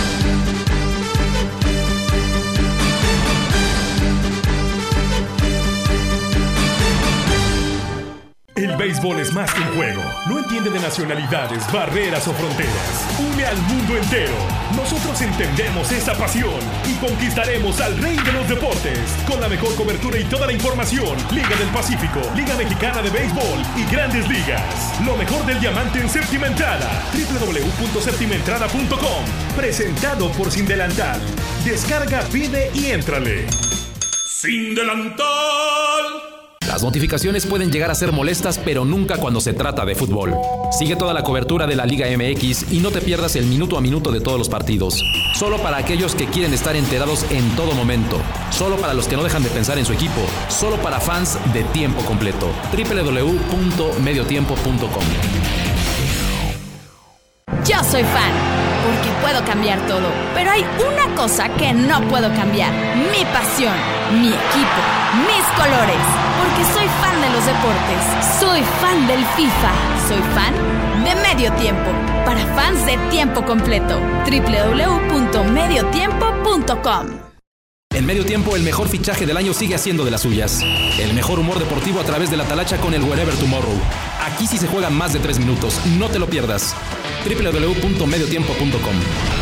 El béisbol es más que un juego. No entiende de nacionalidades, barreras o fronteras. Une al mundo entero. Nosotros entendemos esa pasión y conquistaremos al rey de los deportes. Con la mejor cobertura y toda la información. Liga del Pacífico, Liga Mexicana de Béisbol y Grandes Ligas. Lo mejor del diamante en séptima entrada. doble u doble u doble u punto séptima entrada punto com. Presentado por Sin Delantal. Descarga, pide y éntrale. Sin Delantal. Las notificaciones pueden llegar a ser molestas, pero nunca cuando se trata de fútbol. Sigue toda la cobertura de la Liga M X y no te pierdas el minuto a minuto de todos los partidos. Solo para aquellos que quieren estar enterados en todo momento. Solo para los que no dejan de pensar en su equipo. Solo para fans de tiempo completo. doble u doble u doble u punto medio tiempo punto com. Yo soy fan, porque puedo cambiar todo. Pero hay una cosa que no puedo cambiar. Mi pasión, mi equipo, mis colores. Porque soy fan de los deportes. Soy fan del FIFA. Soy fan de Medio Tiempo. Para fans de tiempo completo. doble u doble u doble u punto medio tiempo punto com. En Medio Tiempo, el mejor fichaje del año sigue haciendo de las suyas. El mejor humor deportivo a través de la talacha con el Wherever Tomorrow. Aquí sí se juegan más de tres minutos. No te lo pierdas. doble u doble u doble u punto medio tiempo punto com.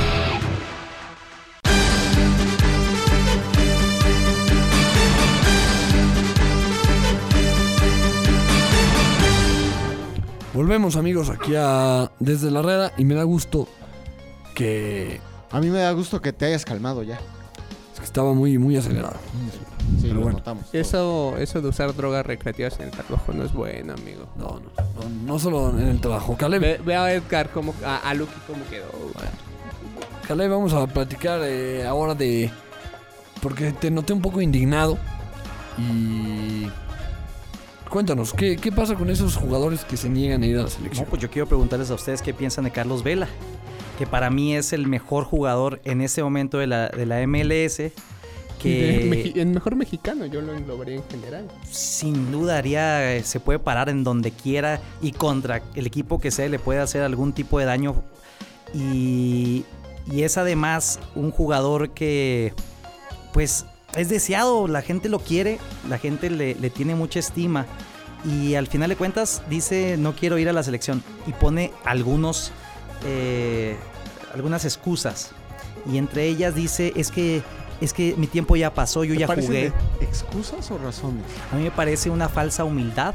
Volvemos, amigos, aquí a Desde la Reda y me da gusto que, A mí me da gusto que te hayas calmado ya. es que estaba muy, muy acelerado. Sí, Pero lo bueno. notamos. Eso, eso de usar drogas recreativas en el trabajo no es bueno, amigo. No, no, no, no solo en el trabajo. Caleb, Ve, ve a Edgar cómo, a, a Lucky cómo quedó. Caleb, vamos a platicar eh, ahora de... Porque te noté un poco indignado y... Cuéntanos, ¿qué, ¿qué pasa con esos jugadores que se niegan a ir a la No, selección? pues yo quiero preguntarles a ustedes qué piensan de Carlos Vela, que para mí es el mejor jugador en ese momento de la, de la M L S, De Meji- que el mejor mexicano, yo lo englobaría en general. sin duda haría, eh, se puede parar en donde quiera y contra el equipo que sea le puede hacer algún tipo de daño. Y, y es además un jugador que, pues, es deseado, la gente lo quiere, la gente le, le tiene mucha estima. Y al final de cuentas dice, no quiero ir a la selección. Y pone algunos, eh, algunas excusas. Y entre ellas dice, es que, es que mi tiempo ya pasó, yo ya jugué. ¿Excusas o razones? A mí me parece una falsa humildad.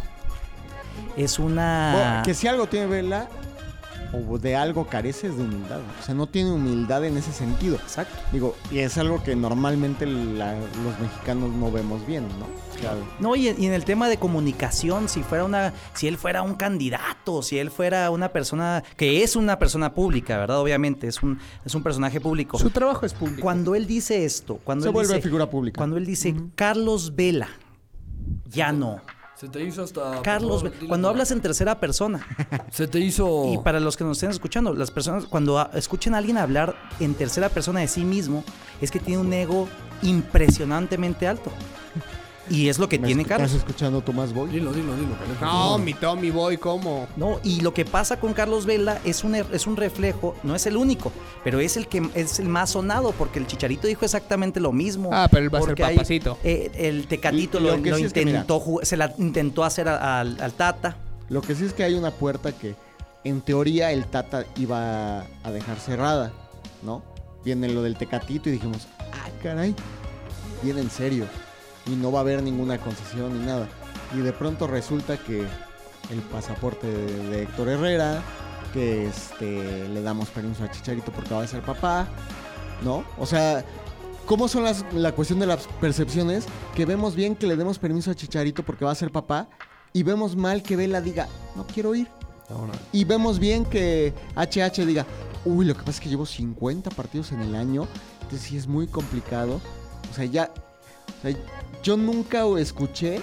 Es una... Bueno, que si algo tiene Vela, o de algo careces de humildad. O sea, no tiene humildad en ese sentido. Exacto. Digo, y es algo que normalmente la, los mexicanos no vemos bien, ¿no? Claro. No, y, y en el tema de comunicación, si fuera una, si él fuera un candidato, si él fuera una persona, que es una persona pública, ¿verdad? Obviamente, es un, es un personaje público. Su trabajo es público. Cuando él dice esto, cuando Se él vuelve dice, figura pública. Cuando él dice, uh-huh. Carlos Vela, ya no. Se te hizo hasta... Carlos, favor, cuando hablas en tercera persona. Se te hizo... Y para los que nos estén escuchando, las personas, cuando a, escuchen a alguien hablar en tercera persona de sí mismo, es que tiene un ego impresionantemente alto. Y es lo que tiene Carlos. ¿Estás escuchando Tomás Boy? Dilo, dilo, dilo. No, mi Tommy Boy, ¿cómo? No, y lo que pasa con Carlos Vela es un, es un reflejo, no es el único, pero es el que es el más sonado, porque el Chicharito dijo exactamente lo mismo. Ah, pero él va a ser papacito. Hay, eh, el Tecatito y, y lo, lo, lo sí intentó, es que, mira, se la intentó hacer a, a, al Tata. Lo que sí es que hay una puerta que, en teoría, el Tata iba a dejar cerrada, ¿no? Viene lo del Tecatito y dijimos, ah, caray, viene en serio. Y no va a haber ninguna concesión ni nada. Y de pronto resulta que el pasaporte de, de Héctor Herrera, que este le damos permiso a Chicharito porque va a ser papá, ¿no? O sea, ¿cómo son las, la cuestión de las percepciones? Que vemos bien que le demos permiso a Chicharito porque va a ser papá, y vemos mal que Vela diga, no quiero ir. Ahora. Y vemos bien que H H diga, uy, lo que pasa es que llevo cincuenta partidos en el año, entonces sí es muy complicado. O sea, ya... O sea, yo nunca escuché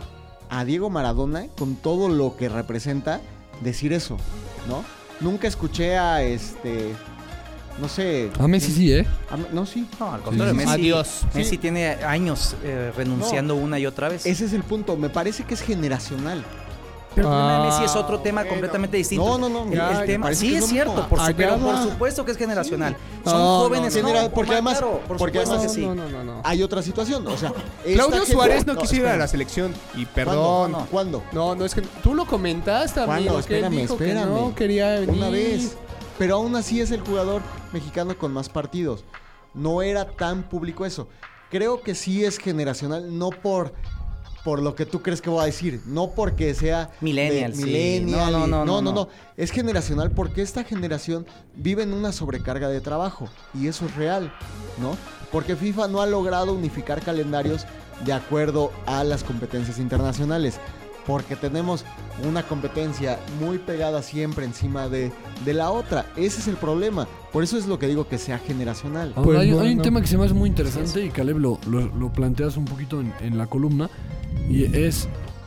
a Diego Maradona, con todo lo que representa, decir eso, ¿no? Nunca escuché a este... No sé... A Messi sí, ¿eh? A, no, sí. No, al contrario, Sí, sí, Messi, Adiós. Messi Sí. tiene años eh, renunciando No. una y otra vez. Ese es el punto. Me parece que es generacional. Pero el problema de Messi es Ah, otro tema bueno. completamente distinto. No, no, no, El, ya, el ya tema, parece sí que es es lo cierto, mismo. por, Ah, su, pero ya por va. supuesto que es generacional. Son No, jóvenes, no, no, genera- porque Omar, además- claro, por porque supuesto además- que sí. No, no, no, no. Hay otra situación. O sea, esta Claudio gente- Suárez no, no, quiso ir a espérame. la selección. Y ¿Cuándo? perdón. No, ¿Cuándo? No, no, es que tú lo comentaste, amigo. ¿Cuándo? Que él Espérame, dijo espérame. que no quería venir. Una vez. Pero aún así es el jugador mexicano con más partidos. No era tan público eso. Creo que sí es generacional, no por, por lo que tú crees que voy a decir, no porque sea Millennial, de- sí. millennial No, no, y- no, no, no, no. Es generacional porque esta generación vive en una sobrecarga de trabajo y eso es real, ¿no? Porque FIFA no ha logrado unificar calendarios de acuerdo a las competencias internacionales. Porque tenemos una competencia muy pegada siempre encima de, de la otra. Ese es el problema. Por eso es lo que digo que sea generacional. Ahora, Pues hay, hay bueno. un tema que se me hace muy interesante y Caleb lo, lo, lo planteas un poquito en, en la columna, y es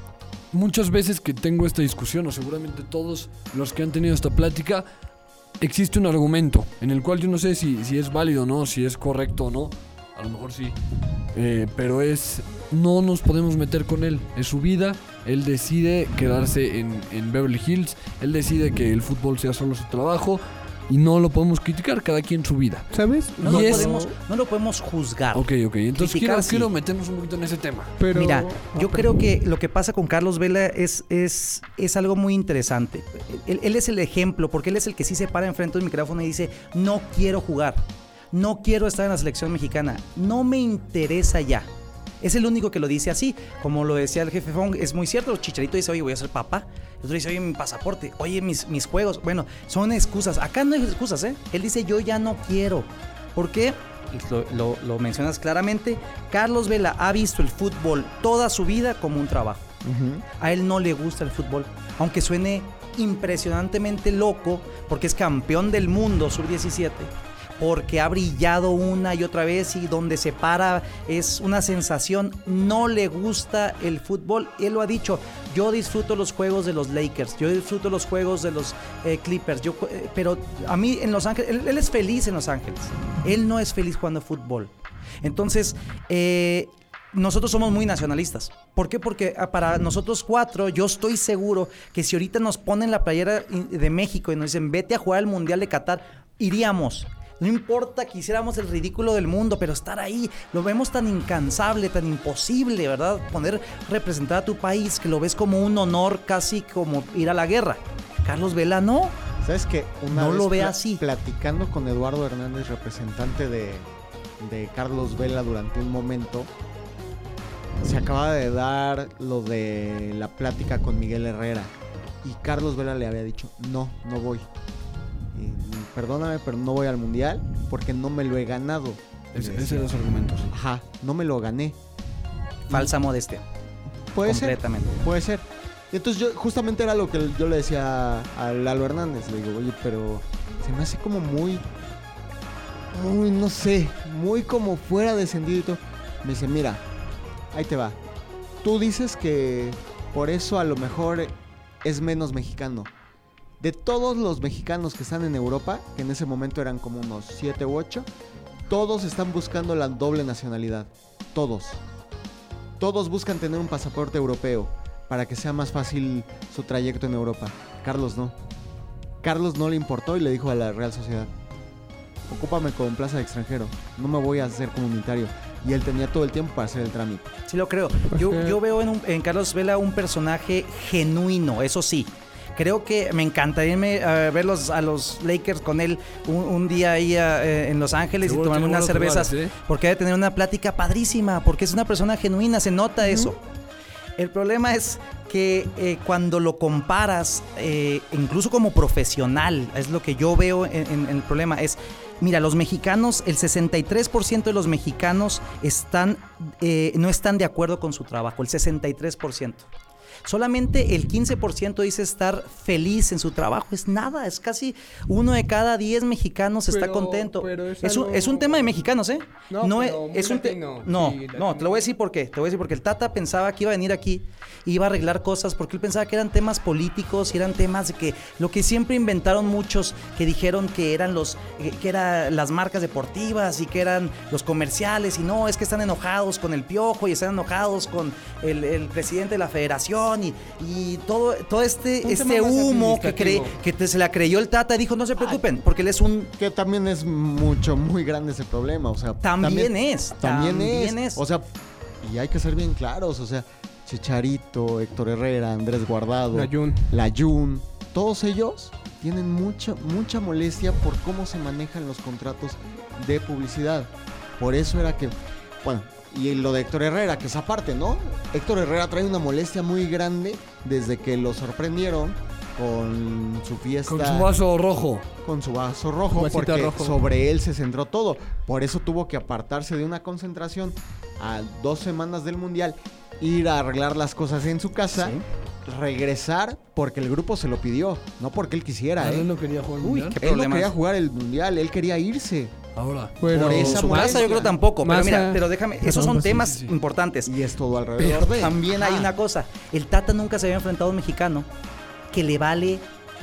muchas veces que tengo esta discusión, o seguramente todos los que han tenido esta plática, existe un argumento en el cual yo no sé si, si es válido o no, si es correcto o no, a lo mejor sí, eh, pero es, no nos podemos meter con él, es su vida, él decide quedarse en, en Beverly Hills, él decide que el fútbol sea solo su trabajo y no lo podemos criticar, cada quien su vida. ¿Sabes? No, Y lo es- podemos, no lo podemos juzgar. Ok, ok, entonces Criticar, quiero, sí. quiero meternos un poquito en ese tema. Pero... Mira, Ah, yo perdón. creo que lo que pasa con Carlos Vela es, es, es algo muy interesante. Él, él es el ejemplo, porque él es el que sí se para enfrente del micrófono y dice, no quiero jugar, no quiero estar en la selección mexicana, no me interesa ya. Es el único que lo dice así, como lo decía el jefe Fong, es muy cierto. Chicharito dice, oye, voy a ser papá. El otro dice, oye, mi pasaporte, oye, mis, mis juegos. Bueno, son excusas. Acá no hay excusas, ¿eh? Él dice, yo ya no quiero. ¿Por qué? Y Lo, lo, lo mencionas claramente. Carlos Vela ha visto el fútbol toda su vida como un trabajo. Ujú. A él no le gusta el fútbol, aunque suene impresionantemente loco, porque es campeón del mundo sub diecisiete, porque ha brillado una y otra vez y donde se para es una sensación. No le gusta el fútbol. Él lo ha dicho, yo disfruto los juegos de los Lakers, yo disfruto los juegos de los eh, Clippers, yo, eh, pero a mí en Los Ángeles, él, él es feliz en Los Ángeles, él no es feliz jugando fútbol. Entonces, eh, nosotros somos muy nacionalistas. ¿Por qué? Porque para nosotros cuatro, yo estoy seguro que si ahorita nos ponen la playera de México y nos dicen, vete a jugar el Mundial de Qatar, iríamos. No importa que hiciéramos el ridículo del mundo, pero estar ahí, lo vemos tan incansable, tan imposible, ¿verdad? Poder representar a tu país, que lo ves como un honor, casi como ir a la guerra. Carlos Vela no. ¿Sabes qué? Una No vez lo ve pla- así. Platicando con Eduardo Hernández, representante de, de Carlos Vela durante un momento, se acaba de dar lo de la plática con Miguel Herrera. Y Carlos Vela le había dicho, no, no voy. Y, perdóname, pero no voy al Mundial porque no me lo he ganado. Ese, ese era su argumento, sí. Ajá, no me lo gané. Falsa modestia. Puede ser. Completamente. Puede ser. Y entonces yo justamente era lo que yo le decía a Lalo Hernández. Le digo, oye, pero se me hace como muy, muy, no sé, muy como fuera de sentido y todo. Me dice, mira, ahí te va. Tú dices que por eso a lo mejor es menos mexicano. De todos los mexicanos que están en Europa, que en ese momento eran como unos siete u ocho, todos están buscando la doble nacionalidad. Todos. Todos buscan tener un pasaporte europeo para que sea más fácil su trayecto en Europa. Carlos no. Carlos no le importó y le dijo a la Real Sociedad, ocúpame con plaza de extranjero, no me voy a hacer comunitario. Y él tenía todo el tiempo para hacer el trámite. Sí lo creo. Yo, yo veo en, un- en Carlos Vela un personaje genuino, eso sí. Creo que me encantaría irme a verlos a los Lakers con él un, un día ahí a, eh, en Los Ángeles Seguro y tomarme tiene unas buenos cervezas. lugares, ¿eh? Porque debe tener una plática padrísima, porque es una persona genuina, se nota eso. El problema es que eh, cuando lo comparas, eh, incluso como profesional, es lo que yo veo en, en- en el problema, es, mira, los mexicanos, el sesenta y tres por ciento de los mexicanos están, eh, no están de acuerdo con su trabajo, el sesenta y tres por ciento. Solamente el quince por ciento dice estar feliz en su trabajo. Es nada, es casi uno de cada diez mexicanos está Pero- contento. pero es es, un, algo- es un tema de mexicanos, ¿eh? No, es, pero muy es un te- latino. No, Sí, no, latino. te lo voy a decir por qué. Te voy a decir porque el Tata pensaba que iba a venir aquí, iba a arreglar cosas, porque él pensaba que eran temas políticos y eran temas de que lo que siempre inventaron muchos, que dijeron que eran los, eh, que eran las marcas deportivas y que eran los comerciales, y no, es que están enojados con el Piojo y están enojados con el, el presidente de la federación y, y todo, todo este, Un este tema más humo que, cree, administrativo. que te- se la creyó el Tata y dijo, no se preocupen, porque él es un... Que también es mucho, muy grande ese problema. O sea, También es, También, también es. es. O sea, y hay que ser bien claros. O sea, Chicharito, Héctor Herrera, Andrés Guardado, Layún. Layún, todos ellos tienen mucha, mucha molestia por cómo se manejan los contratos de publicidad. Por eso era que, bueno, y lo de Héctor Herrera, que es aparte, ¿no? Héctor Herrera trae una molestia muy grande desde que lo sorprendieron con su fiesta. Con su vaso rojo. Con su vaso rojo, Su vasito porque rojo. sobre él se centró todo. Por eso tuvo que apartarse de una concentración a dos semanas del Mundial, ir a arreglar las cosas en su casa, regresar porque el grupo se lo pidió, no porque él quisiera. Él ¿eh? no quería jugar el Uy, mundial. qué Él no problemas. quería jugar el Mundial, él quería irse. Ahora. Pero Por esa Su molestia. casa yo creo tampoco, pero Massa- mira, pero déjame, esos son Perdón, sí, temas sí, sí. importantes. Y es todo alrededor Pero de. también hay Ah, una cosa, el Tata nunca se había enfrentado a un mexicano que le vale,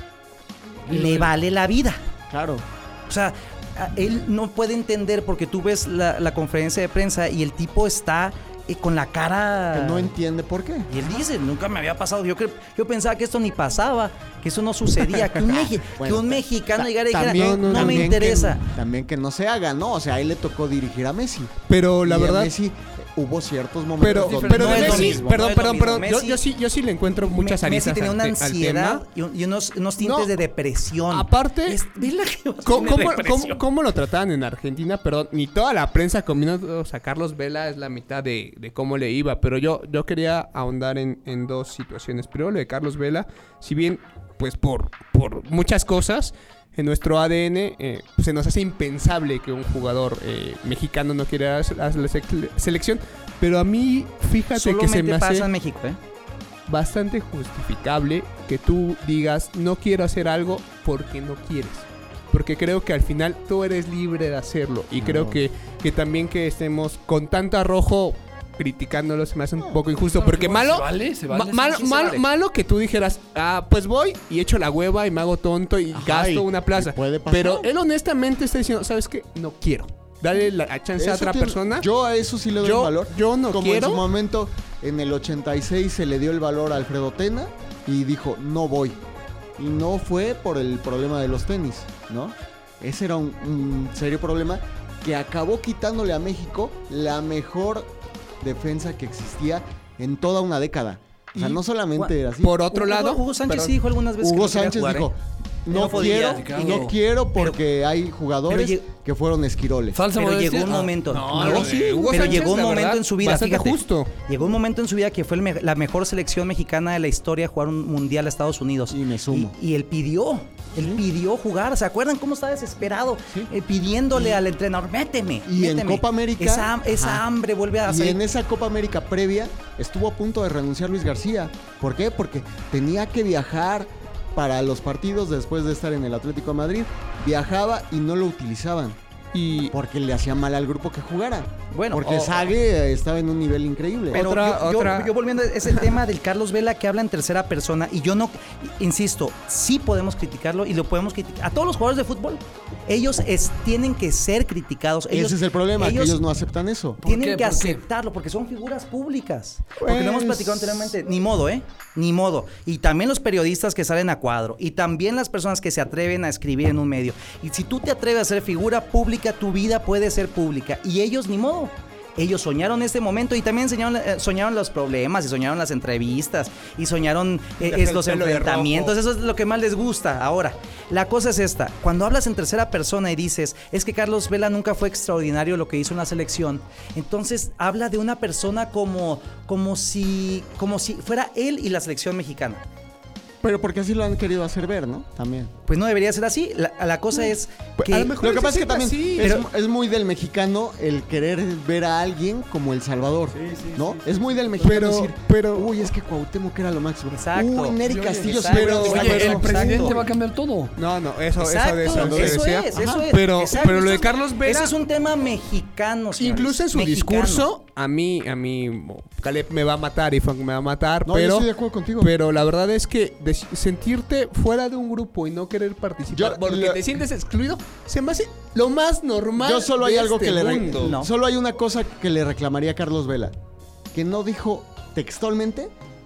Dilo, le dilo. vale la vida. Claro. O sea, a- él no puede entender porque tú ves la, la conferencia de prensa y el tipo está eh, con la cara... Que no entiende por qué. Y él dice, nunca me había pasado. Yo, cre- yo pensaba que esto ni pasaba, que eso no sucedía, que un, meji- Bueno, que un mexicano ta- llegara y dijera, también- no, no me también interesa. Que, también que no se haga, ¿no? O sea, a él le tocó dirigir a Messi. Pero la Y a verdad... Messi eh, hubo ciertos momentos Pero, donde pero no de es lo Messi, mismo, perdón, no es lo perdón, mismo. perdón. Yo, Messi- yo sí, yo sí le encuentro muchas Me- Messi aristas tenía al una te- al ansiedad tema. y, un- y unos, unos tintes No. de depresión. Aparte, Es- vela que va a ¿Cómo, tener cómo- depresión. cómo- cómo lo trataban en Argentina? Perdón, ni toda la prensa combinando, o sea, Carlos Vela es la mitad de, de cómo le iba, pero yo, yo quería ahondar en, en dos situaciones. Primero, lo de Carlos Vela, si bien, pues por, por muchas cosas, en nuestro A D N eh, pues, se nos hace impensable que un jugador eh, mexicano no quiera hacer la sele- selección, pero a mí, fíjate que se Solamente me pasa hace en México, ¿eh? bastante justificable que tú digas no quiero hacer algo porque no quieres. Porque creo que al final tú eres libre de hacerlo. Y creo que, que también que estemos con tanto arrojo criticándolo se me hace un poco injusto. No, Porque que malo, se vale, se vale, ma- sí, malo, sí se malo, vale. malo que tú dijeras, ah, pues voy y echo la hueva y me hago tonto y Ajá, gasto y- una plaza. y puede pasar. Pero él honestamente está diciendo, ¿sabes qué? No quiero. Dale la la chance a Eso otra tiene- persona. Yo a eso sí le doy Yo- valor. yo no Como quiero. en su momento, en el ochenta y seis se le dio el valor a Alfredo Tena y dijo, no voy. Y no fue por el problema de los tenis, ¿no? Ese era un, un serio problema que acabó quitándole a México la mejor defensa que existía en toda una década. O sea, Y- no solamente era así. Por otro Hugo- lado, Hugo Sánchez perdón. sí dijo algunas veces Hugo que no quería Sánchez jugar, dijo, ¿eh? no, no podía, quiero, Ricardo. no quiero porque hay jugadores pero lleg- que fueron esquiroles. Falsa Pero modestia. llegó un Ah. momento. No, No, lo de Hugo pero Sánchez, llegó un la momento verdad, en su vida, bastante fíjate. justo. Llegó un momento en su vida que fue el me- la mejor selección mexicana de la historia a jugar un mundial a Estados Unidos. Y me sumo. Y, y él pidió, él pidió jugar. ¿Se acuerdan cómo estaba desesperado? Eh, pidiéndole al entrenador, méteme. Y en méteme". Copa América- Esa, esa Ajá. hambre vuelve a Y salir. en esa Copa América previa estuvo a punto de renunciar Luis García. ¿Por qué? Porque tenía que viajar para los partidos después de estar en el Atlético de Madrid. Viajaba y no lo utilizaban. Y Porque le hacía mal al grupo que jugara. Bueno, porque o- Sague estaba en un nivel increíble. Pero Otra- yo, yo- otra- yo volviendo a ese tema del Carlos Vela que habla en tercera persona, y yo no, insisto, sí podemos criticarlo y lo podemos criticar. A todos los jugadores de fútbol, ellos es- tienen que ser criticados. Ellos, Ese es el problema, que ellos no aceptan eso. tienen qué? que ¿Por qué? aceptarlo porque son figuras públicas. Porque Pues- lo hemos platicado anteriormente. Ni modo, ¿eh? Ni modo. Y también los periodistas que salen a cuadro. Y también las personas que se atreven a escribir en un medio. Y si tú te atreves a ser figura pública, tu vida puede ser pública. Y ellos, ni modo. Ellos soñaron este momento y también soñaron, eh, soñaron los problemas y soñaron las entrevistas y soñaron eh, Deja es el los pelo de enfrentamientos. rojo. Eso es lo que más les gusta. Ahora, la cosa es esta. Cuando hablas en tercera persona y dices, es que Carlos Vela nunca fue extraordinario lo que hizo en la selección, entonces habla de una persona como, como, si, como si fuera él y la selección mexicana. Pero porque así lo han querido hacer ver, ¿no? También. Pues no debería ser así. La, la cosa es Pues, que... a lo mejor Lo que se pasa es que siente también así. es, Pero- es muy del mexicano el querer ver a alguien como el Salvador, ¿no? Es muy del mexicano Pero- decir, pero- uy, es que Cuauhtémoc era lo máximo. Exacto. Uy, Nery Oye, Castillo exacto. sí, Pero- Oye, Exacto. el presidente Exacto. va a cambiar todo. No, no, eso, Exacto, eso de eso, se eso decía. es, eso Ajá. es. Pero, Exacto, pero lo de eso es- Carlos Vela, Eso es un tema mexicano, señores. incluso en su Mexicano. discurso, a mí, a mí, Caleb me va a matar y Frank me va a matar, No, yo pero, estoy de acuerdo contigo. pero la verdad es que de- sentirte fuera de un grupo y no querer participar Yo- porque lo- te sientes excluido, se me hace lo más normal. Yo solo hay de algo este que le re- mundo. No. solo hay una cosa que le reclamaría a Carlos Vela, que no dijo textualmente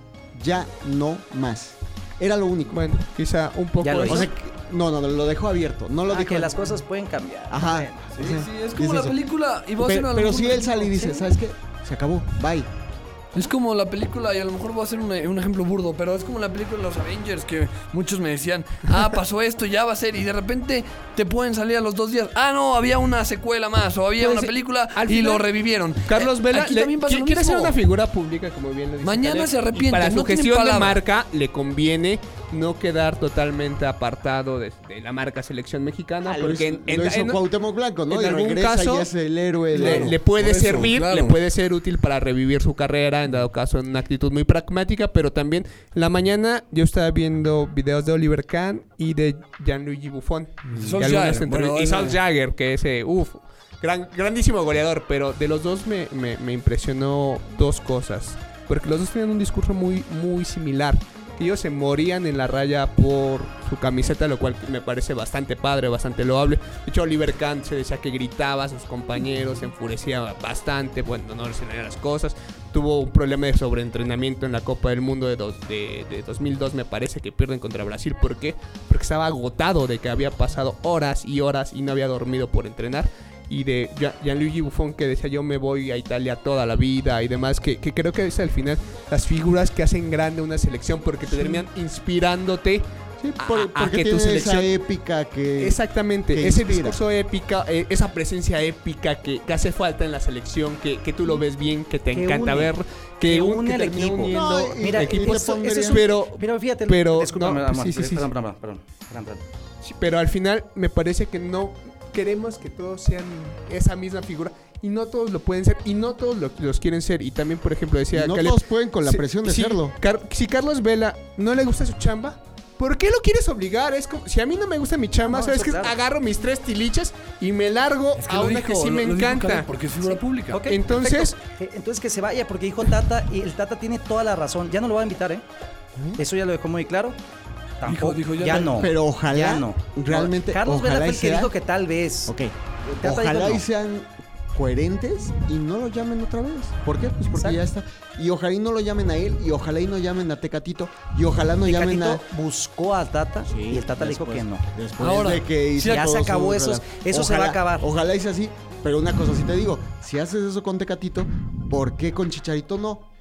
ya no más. Era lo único. Bueno, quizá un poco Ya lo eso. O sea, que- no, no, lo dejó abierto. No lo Ah, dijo. que las cosas pueden cambiar. Ajá. Bueno. Sí, O sea, sí, es dice como la eso. película. Y voy a hacer Pero, una pero locura si él que- sale y dice, sí. ¿sabes qué? Se acabó. Bye. Es como la película, y a lo mejor voy a hacer un, un ejemplo burdo, pero es como la película de los Avengers, que muchos me decían, ah, pasó esto, ya va a ser, y de repente te pueden salir a los dos días, ah, no, había una secuela más, o había Pues, una película, al y final, lo revivieron. Carlos Eh, Vela aquí le- también pasa qui- lo quiere ser mismo. una figura pública, como bien lo dice. Mañana Caleb, se arrepiente, y para no su tiene gestión de palabra. marca le conviene no quedar totalmente apartado de, de la marca selección mexicana, Ah, lo porque hizo, en, en- lo hizo en- Cuauhtémoc Blanco, ¿no? en Y algún regresa caso, y es el héroe. le, de... le puede por eso, servir, claro. le puede ser útil para revivir su carrera, en dado caso en una actitud muy pragmática, pero también en la mañana yo estaba viendo videos de Oliver Kahn y de Gianluigi Buffon. Sol Y algunas Jagger, entrevistas- bueno, y Sol ese- Jagger, que ese, uff, gran, grandísimo goleador, pero de los dos me, me- me impresionó dos cosas, porque los dos tenían un discurso muy, muy similar. Ellos se morían en la raya por su camiseta, lo cual me parece bastante padre, bastante loable. De hecho, Oliver Kahn se decía que gritaba a sus compañeros, se enfurecía bastante, bueno, no les salían las cosas. Tuvo un problema de sobreentrenamiento en la Copa del Mundo de, dos- de, de dos mil dos, me parece, que pierden contra Brasil. ¿Por qué? Porque estaba agotado de que había pasado horas y horas y no había dormido por entrenar. Y de Gia- Gianluigi Buffon, que decía yo me voy a Italia toda la vida y demás, que, que creo que es al final las figuras que hacen grande una selección, porque te terminan inspirándote Sí, a- por- a- a porque que tu tiene selección... esa épica que... Exactamente, que ese inspira. discurso épica, eh, esa presencia épica que, que hace falta en la selección, que, que tú lo ves bien, que te Que encanta une, ver, que, que un- une que al termina equipo. uniendo No, y- Mira, y te eso, pondría- eso es un- pero- pero fíjate, pero- discúlpame, no, amor, sí, sí, sí, perdón, sí. perdón, perdón, perdón, perdón. Sí, pero al final me parece que no queremos que todos sean esa misma figura y no todos lo pueden ser y no todos lo- los quieren ser. Y también, por ejemplo, decía Y no Caleb, todos pueden con la si- presión de si, serlo. Car- si Carlos Vela no le gusta su chamba, ¿por qué lo quieres obligar? Es como, si a mí no me gusta mi chamba, No, ¿sabes eso qué? claro. Agarro mis tres tiliches y me largo Es que a lo una dijo, que sí lo- me lo dijo encanta. Caleb, porque es figura pública. Ok, Entonces- perfecto. Eh, Entonces que se vaya, porque dijo Tata, y el Tata tiene toda la razón. Ya no lo va a invitar, ¿eh? Eso ya lo dejó muy claro. Tampoco, dijo, ya ya, no. no. Pero ojalá, Ya no. realmente, Carlos ojalá Vela fue y el que sea- dijo que tal vez. Ok. El Tata Ojalá dijo y no. sean coherentes y no lo llamen otra vez. ¿Por qué? Pues porque Exacto. ya está. Y ojalá y no lo llamen a él, y ojalá y no llamen a Tecatito, y ojalá no llamen a... Tecatito buscó a Tata y el Tata le dijo después- que no. Después Ahora, de que hizo ya se todo acabó su eso, relajo. eso se va a acabar. Ojalá hice así, pero una cosa sí te digo, si haces eso con Tecatito, ¿por qué con Chicharito no?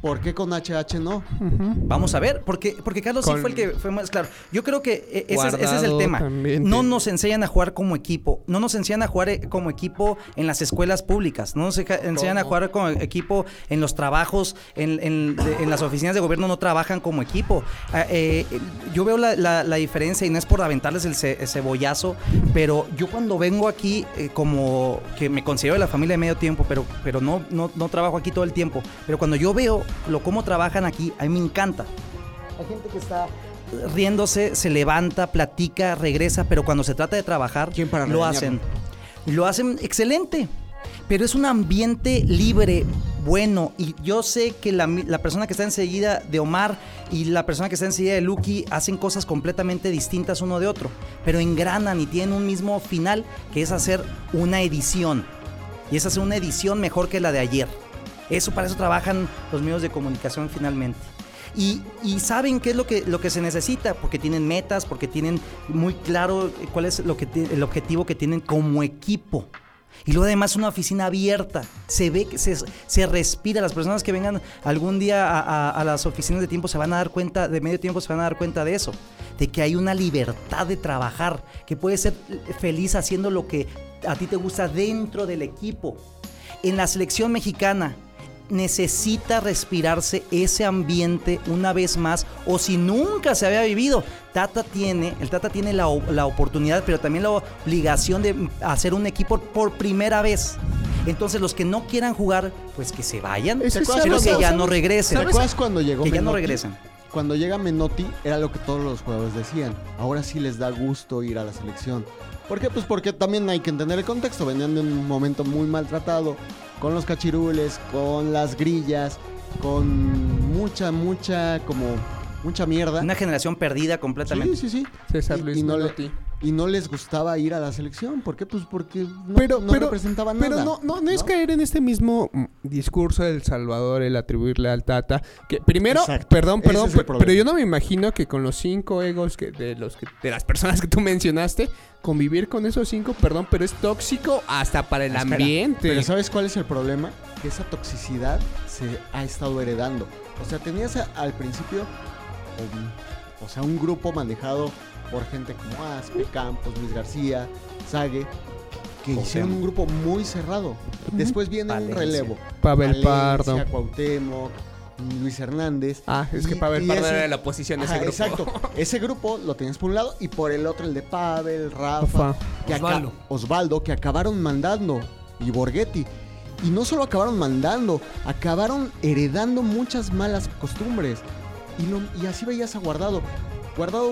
¿por qué con H H no? Vamos a ver, porque, porque Carlos Con- sí fue el que fue más claro. Yo creo que eh, ese, es, ese es el Guardado tema. también No tiene- nos enseñan a jugar como equipo. No nos enseñan a jugar eh, como equipo en las escuelas públicas. No nos eja- enseñan a jugar como equipo en los trabajos, en, en- de- en las oficinas de gobierno no trabajan como equipo. Ah, eh, yo veo la, la- la diferencia y no es por aventarles el, ce- el cebollazo, pero yo cuando vengo aquí, eh, como que me considero de la familia de medio tiempo, pero, pero no, no, no trabajo aquí todo el tiempo. Pero cuando yo veo lo cómo trabajan aquí, a mí me encanta. Hay gente que está riéndose, se levanta, platica, regresa, pero cuando se trata de trabajar, ¿Quién para lo regañarlo? hacen. Lo hacen excelente. Pero es un ambiente libre, bueno. Y yo sé que la, la persona que está enseguida de Omar y la persona que está enseguida de Lucky hacen cosas completamente distintas uno de otro. Pero engranan y tienen un mismo final, que es hacer una edición. Y es hacer una edición mejor que la de ayer. Eso, para eso trabajan los medios de comunicación finalmente. Y, y saben qué es lo que, lo que se necesita, porque tienen metas, porque tienen muy claro cuál es lo que, el objetivo que tienen como equipo. Y luego además una oficina abierta, se ve que se, se respira. Las personas que vengan algún día a, a, a las oficinas de tiempo se van a dar cuenta, de medio tiempo se van a dar cuenta de eso, de que hay una libertad de trabajar, que puedes ser feliz haciendo lo que a ti te gusta dentro del equipo. En la selección mexicana necesita respirarse ese ambiente una vez más, o si nunca se había vivido. Tata tiene, el Tata tiene la, la oportunidad, pero también la obligación de hacer un equipo por primera vez. Entonces los que no quieran jugar, pues que se vayan, Ese pero ¿sabes? que ya ¿sabes? no regresen. ¿Te acuerdas cuando llegó Que ya no Menotti? regresen. Cuando llega Menotti, era lo que todos los jugadores decían. Ahora sí les da gusto ir a la selección. ¿Por qué? Pues porque también hay que entender el contexto. Venían de un momento muy maltratado, con los cachirules, con las grillas, con mucha, mucha, como, mucha mierda. Una generación perdida completamente. Sí, sí, sí. César Y- Luis y no le- Menotti. Y no les gustaba ir a la selección. ¿Por qué? Pues porque no, pero, no pero, representaban nada. pero no, no, no es caer en este mismo mm, discurso del Salvador, el atribuirle al Tata. Que primero, Exacto. perdón, Ese perdón, es el pe- problema. pero yo no me imagino que con los cinco egos que de los que, de las personas que tú mencionaste, convivir con esos cinco, perdón, pero es tóxico hasta para el Espera, ambiente. Pero ¿sabes cuál es el problema? Que esa toxicidad se ha estado heredando. O sea, tenías a- al principio, um, o sea, un grupo manejado por gente como Aspe, Campos, Luis García, Sague, que hicieron un grupo muy cerrado. Después viene Valencia. un relevo. Pavel Valencia, Pardo. Cuauhtémoc, Luis Hernández. Ah, es que Y- Pavel y Pardo ese- era de la oposición de ese Ajá, grupo. Exacto. Ese grupo lo tenías por un lado y por el otro el de Pavel, Rafa, Rafa. que aca- Osvaldo. Osvaldo, que acabaron mandando, y Borghetti. Y no solo acabaron mandando, acabaron heredando muchas malas costumbres. Y, lo- y así veías a Guardado. Guardado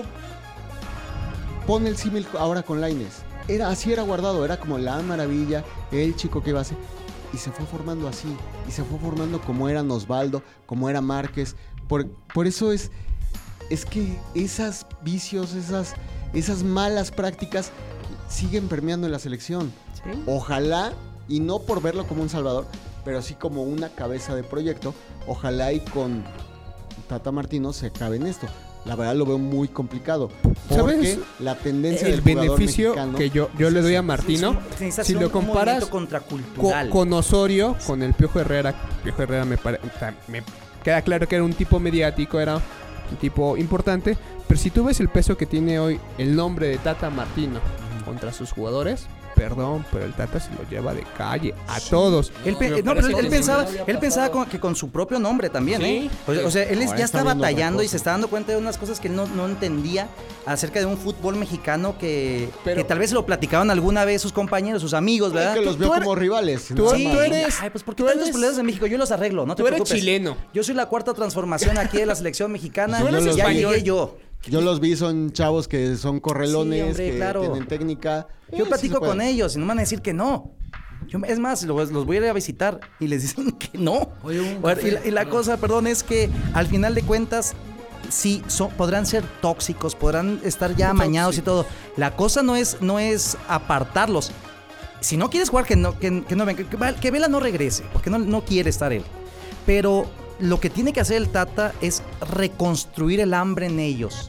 pone el símil ahora con Lainez. Era, así era Guardado, era como la maravilla, el chico que iba a hacer. Y se fue formando así. Y se fue formando como eran Osvaldo, como era Márquez. Por, por eso es, es que esos vicios, esas, esas malas prácticas siguen permeando en la selección. Ojalá, y no por verlo como un salvador, pero sí como una cabeza de proyecto, ojalá y con Tata Martino se acabe en esto. La verdad lo veo muy complicado. Porque ¿Sabes? la tendencia El del jugador beneficio mexicano que yo, yo le doy a Martino, Se necesita si hacer lo un comparas movimiento co- contracultural. con Osorio, con el Piojo Herrera, Piojo Herrera me, pare- o sea, me queda claro que era un tipo mediático, era un tipo importante, pero si tú ves el peso que tiene hoy el nombre de Tata Martino contra sus jugadores, perdón, pero el Tata se lo lleva de calle a todos. Él, pe- Me no, pero parece él, que él sí, pensaba, no había él pensaba pasado. con- que con su propio nombre también, Sí. ¿eh? O, sea- o sea, él es- Ahora ya está está viendo otra batallando y cosa. se está dando cuenta de unas cosas que él no, no entendía acerca de un fútbol mexicano que, Pero- que tal vez se lo platicaban alguna vez sus compañeros, sus amigos, Es ¿verdad? que los veo tú eres- como rivales. tú- nada Sí, más, tú ¿no? eres- Ay, pues ¿por qué tú tantos eres- problemas en México? Yo los arreglo, no te Tú eres preocupes. chileno. Yo soy la cuarta transformación aquí de la selección mexicana. Tú eres ya español. llegué yo. Yo los vi, son chavos que son correlones, Sí, hombre, que claro. tienen técnica. Eh, Yo sí platico se puede. con ellos y no me van a decir que no. Yo, es más, los, los voy a ir a visitar y les dicen que no. Oye, un Bueno, y, café. la, y la cosa, perdón, es que al final de cuentas, sí, son, podrán ser tóxicos, podrán estar ya amañados y todo. La cosa no es, no es apartarlos. Si no quieres jugar, que no, que, que no venga. Que, que Vela no regrese, porque no, no quiere estar él. Pero lo que tiene que hacer el Tata es reconstruir el hambre en ellos.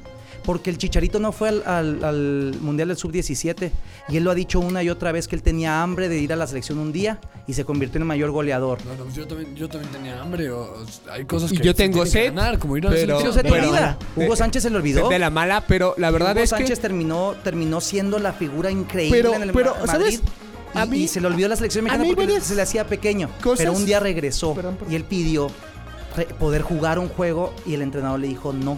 Porque el Chicharito no fue al, al, al Mundial del sub diecisiete y él lo ha dicho una y otra vez que él tenía hambre de ir a la selección un día y se convirtió en el mayor goleador. No, no, yo, también, yo también tenía hambre. O, o, hay cosas Y que yo se tengo tienen que sed, ganar, como ir a la pero- selección. Eso se te pero- olvida. de- Hugo Sánchez se le olvidó. De la mala, pero la verdad Hugo es Sánchez que... terminó, terminó siendo la figura increíble Pero- en el pero, Ma- ¿sabes? Madrid. A Y, mí- y se le olvidó la selección a mexicana mí porque varias se le hacía pequeño. cosas- Pero un día regresó Perdón, perdón. y él pidió re- poder jugar un juego y el entrenador le dijo no.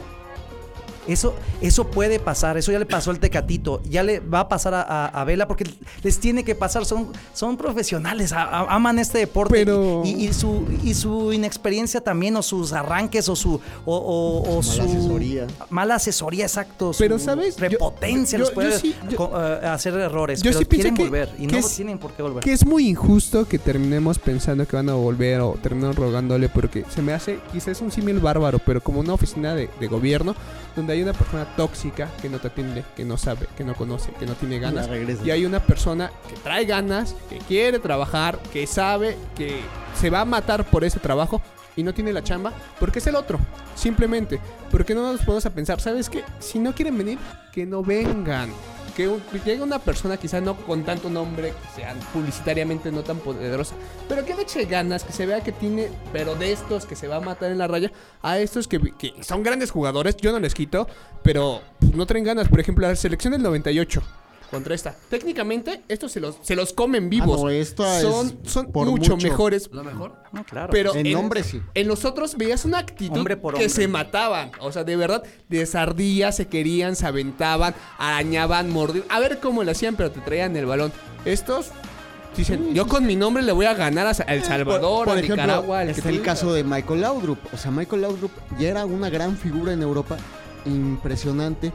Eso, eso puede pasar, eso ya le pasó al Tecatito, ya le va a pasar a, a, a Vela porque les tiene que pasar, son, son profesionales, a, a, aman este deporte Pero- y, y, y su, y su inexperiencia también, o sus arranques, o su o, o, o Mala su asesoría. mala asesoría, exacto. Su Pero, ¿sabes? Yo- prepotencia yo- los yo puede sí- yo- co- eh, hacer errores, yo pero sí pienso quieren que- volver y que no es- tienen por qué volver. Que es muy injusto que terminemos pensando que van a volver o terminemos rogándole porque se me hace quizás un símil bárbaro, pero como una oficina de, de gobierno donde hay una persona tóxica que no te atiende, que no sabe, que no conoce, que no tiene ganas. La regresa. Y hay una persona que trae ganas, que quiere trabajar, que sabe que se va a matar por ese trabajo y no tiene la chamba porque es el otro. Simplemente, porque no nos podemos a pensar, ¿sabes qué? Si no quieren venir, que no vengan. Que, un- que llegue una persona quizás no con tanto nombre, que sea publicitariamente no tan poderosa, pero que le eche ganas, que se vea que tiene, pero de estos que se va a matar en la raya, a estos que, que son grandes jugadores, yo no les quito, pero pues, no traen ganas. Por ejemplo, la selección del noventa y ocho contra esta. Técnicamente, estos se los, se los comen vivos. Ah, no, esta son es son por mucho, mucho. mejores. ¿La mejor? No, claro. Pero En nombre, sí. En los otros veías una actitud Hombre por que hombre. se mataban. O sea, de verdad, desardías, se querían, se aventaban, arañaban, mordían. A ver cómo lo hacían, pero te traían el balón. Estos dicen, yo con mi nombre le voy a ganar a Sa- a El Salvador, Por, por a ejemplo, Nicaragua. al que está tú el digas. caso de Michael Laudrup. O sea, Michael Laudrup ya era una gran figura en Europa, impresionante.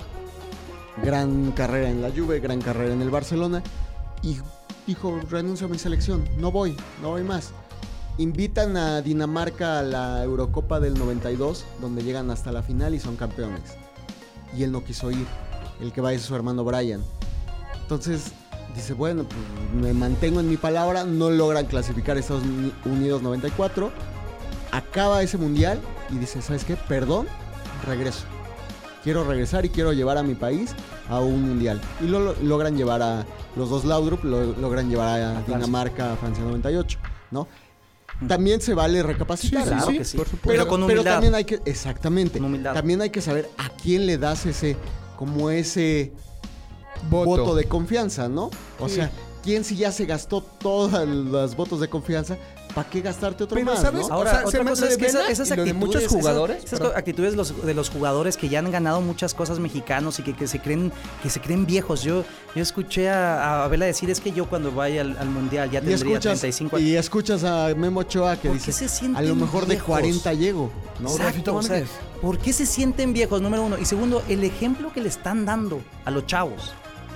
Gran carrera en la Juve, gran carrera en el Barcelona. Y dijo, renuncio a mi selección, no voy, no voy más. Invitan a Dinamarca a la Eurocopa del noventa y dos, donde llegan hasta la final y son campeones. Y él no quiso ir. El que va es su hermano Brian. Entonces dice, bueno, pues me mantengo en mi palabra. No logran clasificar a Estados Uni- Unidos noventa y cuatro. Acaba ese mundial y dice, ¿sabes qué? Perdón, regreso. Quiero regresar y quiero llevar a mi país a un mundial. Y lo, lo- logran llevar a los dos Laudrup, lo, logran llevar a, Dinamarca, a Francia noventa y ocho, ¿no? También se vale recapacitar. Sí, Claro sí, que sí. por supuesto. Pero Pero, con pero humildad. también hay que, exactamente, Con humildad. también hay que saber a quién le das ese, como ese Voto. voto, de confianza, ¿no? O Sí. sea, ¿quién si ya se gastó todos los votos de confianza, ¿para qué gastarte otro Pero, más, ¿sabes? no? Ahora, O sea, se otra me- cosa lo es de que esa- Vela esas y lo de actitudes, muchos esas- jugadores, esas, perdón. actitudes de los, de los jugadores que ya han ganado muchas cosas mexicanos y que, que se creen que se creen viejos. Yo, yo escuché a, a Vela decir, es que yo cuando vaya al, al mundial ya Y tendría escuchas, treinta y cinco años. y escuchas a Memo Ochoa que ¿Por qué dice, se sienten a lo mejor de viejos? cuarenta llego, ¿no? Exacto, o sea, ¿por qué se sienten viejos? Número uno. Y segundo, el ejemplo que le están dando a los chavos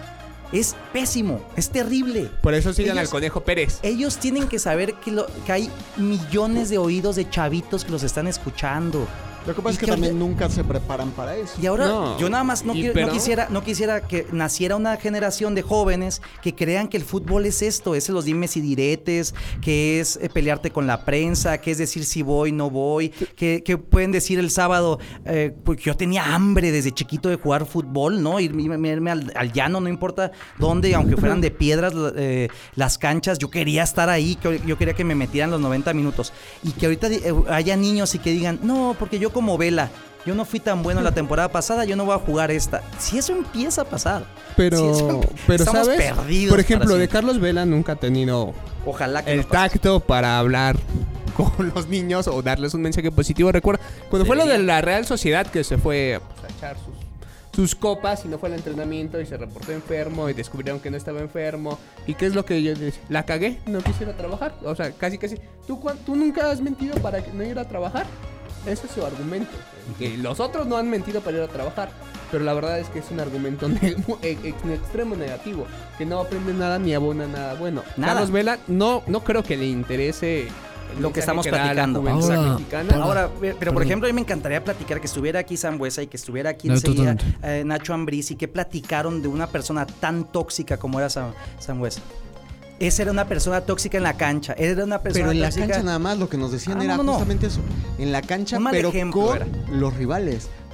es pésimo, es terrible. Por eso sigan Ellos- al Conejo Pérez. Ellos tienen que saber que, lo- que hay millones de oídos de chavitos que los están escuchando. Lo que pasa Y es que que también ahorita- nunca se preparan para eso. Y ahora No, yo nada más no, y qui- no pero- quisiera no quisiera que naciera una generación de jóvenes que crean que el fútbol es esto, es los dimes y diretes, que es eh, pelearte con la prensa, que es decir si voy, no voy, que, que pueden decir el sábado, eh, porque yo tenía hambre desde chiquito de jugar fútbol, ¿no? Irme, irme al, al llano, no importa dónde, aunque fueran de piedras eh, las canchas, yo quería estar ahí, que yo quería que me metieran los noventa minutos. Y que ahorita eh, haya niños y que digan, no, porque yo como Vela, yo no fui tan bueno la temporada pasada, yo no voy a jugar esta. Si eso empieza a pasar. Pero, si eso- pero estamos ¿sabes? perdidos Por ejemplo, para de siempre. Carlos Vela nunca ha tenido Ojalá que el no pase. tacto para hablar con los niños o darles un mensaje positivo. Recuerda, cuando fue lo de la Real Sociedad que se fue pues, a echar sus, sus copas y no fue al entrenamiento y se reportó enfermo y descubrieron que no estaba enfermo. ¿Y qué es lo que yo decía? La cagué, no quisiera trabajar. O sea, casi casi. ¿Tú, cuan- ¿Tú nunca has mentido para que no ir a trabajar? Ese es su argumento. Que los otros no han mentido para ir a trabajar. Pero la verdad es que es un argumento ne- en en extremo negativo. Que no aprende nada ni abona nada bueno. Nada. Carlos Vela no, no creo que le interese el Lo que mensaje estamos da la platicando. juventud Ahora, mexicana. para- Ahora, pero por Perdón. ejemplo, a mí me encantaría platicar que estuviera aquí Sambuesa y que estuviera aquí No, enseguida totalmente. eh, Nacho Ambriz y que platicaron de una persona tan tóxica como era Sam- Sambuesa. Esa era una persona tóxica en la cancha. Era una persona Pero en la tóxica. cancha nada más lo que nos decían Ah, era no, no, no. justamente eso. En la cancha, Un mal pero ejemplo con era. los rivales. Por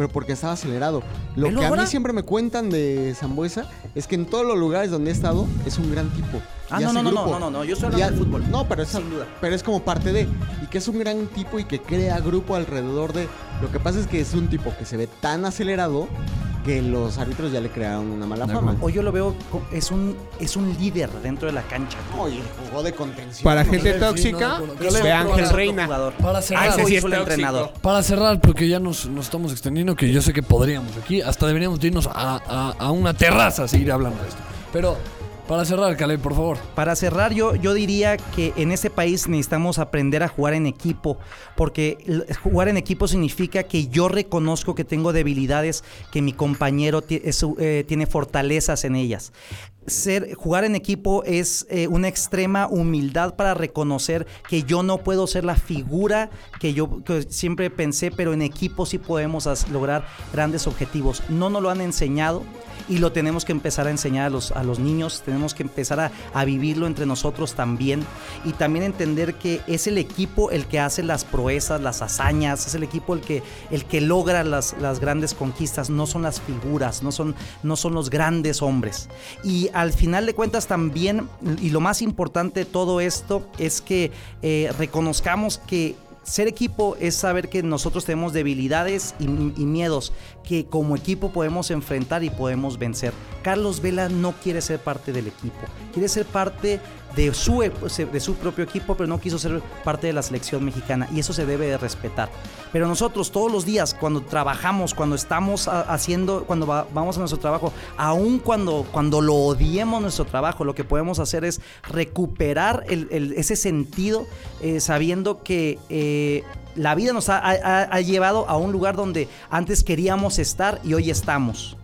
pero porque estaba acelerado. Lo ¿Velo que a ahora? mí siempre me cuentan de Sambuesa es que en todos los lugares donde he estado es un gran tipo. Ah, Y no, hace no, no, grupo. no, no, no, yo estoy Y hablando ha- de fútbol. No, pero es, Sin duda. pero es como parte de. Y que es un gran tipo y que crea grupo alrededor de. Lo que pasa es que es un tipo que se ve tan acelerado que los árbitros ya le crearon una mala De fama. acuerdo. O yo lo veo, co- es un, es un líder dentro de la cancha. Oye, jugó de contención. Para gente Caleb, sí, tóxica, no, no, ve Caleb, Ángel otro Reina. jugador. Para cerrar, ese Algo sí hizo es el tóxico. entrenador. Para cerrar, porque ya nos, nos estamos extendiendo, que yo sé que podríamos aquí, hasta deberíamos de irnos a, a, a una terraza a seguir hablando de esto. Pero, para cerrar, Caleb, por favor. Para cerrar, yo, yo diría que en este país necesitamos aprender a jugar en equipo, porque l- jugar en equipo significa que yo reconozco que tengo debilidades, que mi compañero ti- es, eh, tiene fortalezas en ellas. Ser, jugar en equipo es eh, una extrema humildad para reconocer que yo no puedo ser la figura que yo que siempre pensé, pero en equipo sí podemos as- lograr grandes objetivos. No nos lo han enseñado. Y lo tenemos que empezar a enseñar a los, a los niños, tenemos que empezar a, a vivirlo entre nosotros también. Y también entender que es el equipo el que hace las proezas, las hazañas, es el equipo el que, el que logra las, las grandes conquistas, no son las figuras, no son, no son los grandes hombres. Y al final de cuentas también, y lo más importante de todo esto, es que eh, reconozcamos que ser equipo es saber que nosotros tenemos debilidades y, y miedos que como equipo podemos enfrentar y podemos vencer. Carlos Vela no quiere ser parte del equipo, quiere ser parte de su, de su propio equipo, pero no quiso ser parte de la selección mexicana y eso se debe de respetar. Pero nosotros todos los días cuando trabajamos, cuando estamos a, haciendo, cuando va, vamos a nuestro trabajo, aun cuando, cuando lo odiemos nuestro trabajo, lo que podemos hacer es recuperar el, el, ese sentido eh, sabiendo que eh, la vida nos ha, ha, ha llevado a un lugar donde antes queríamos estar y hoy estamos.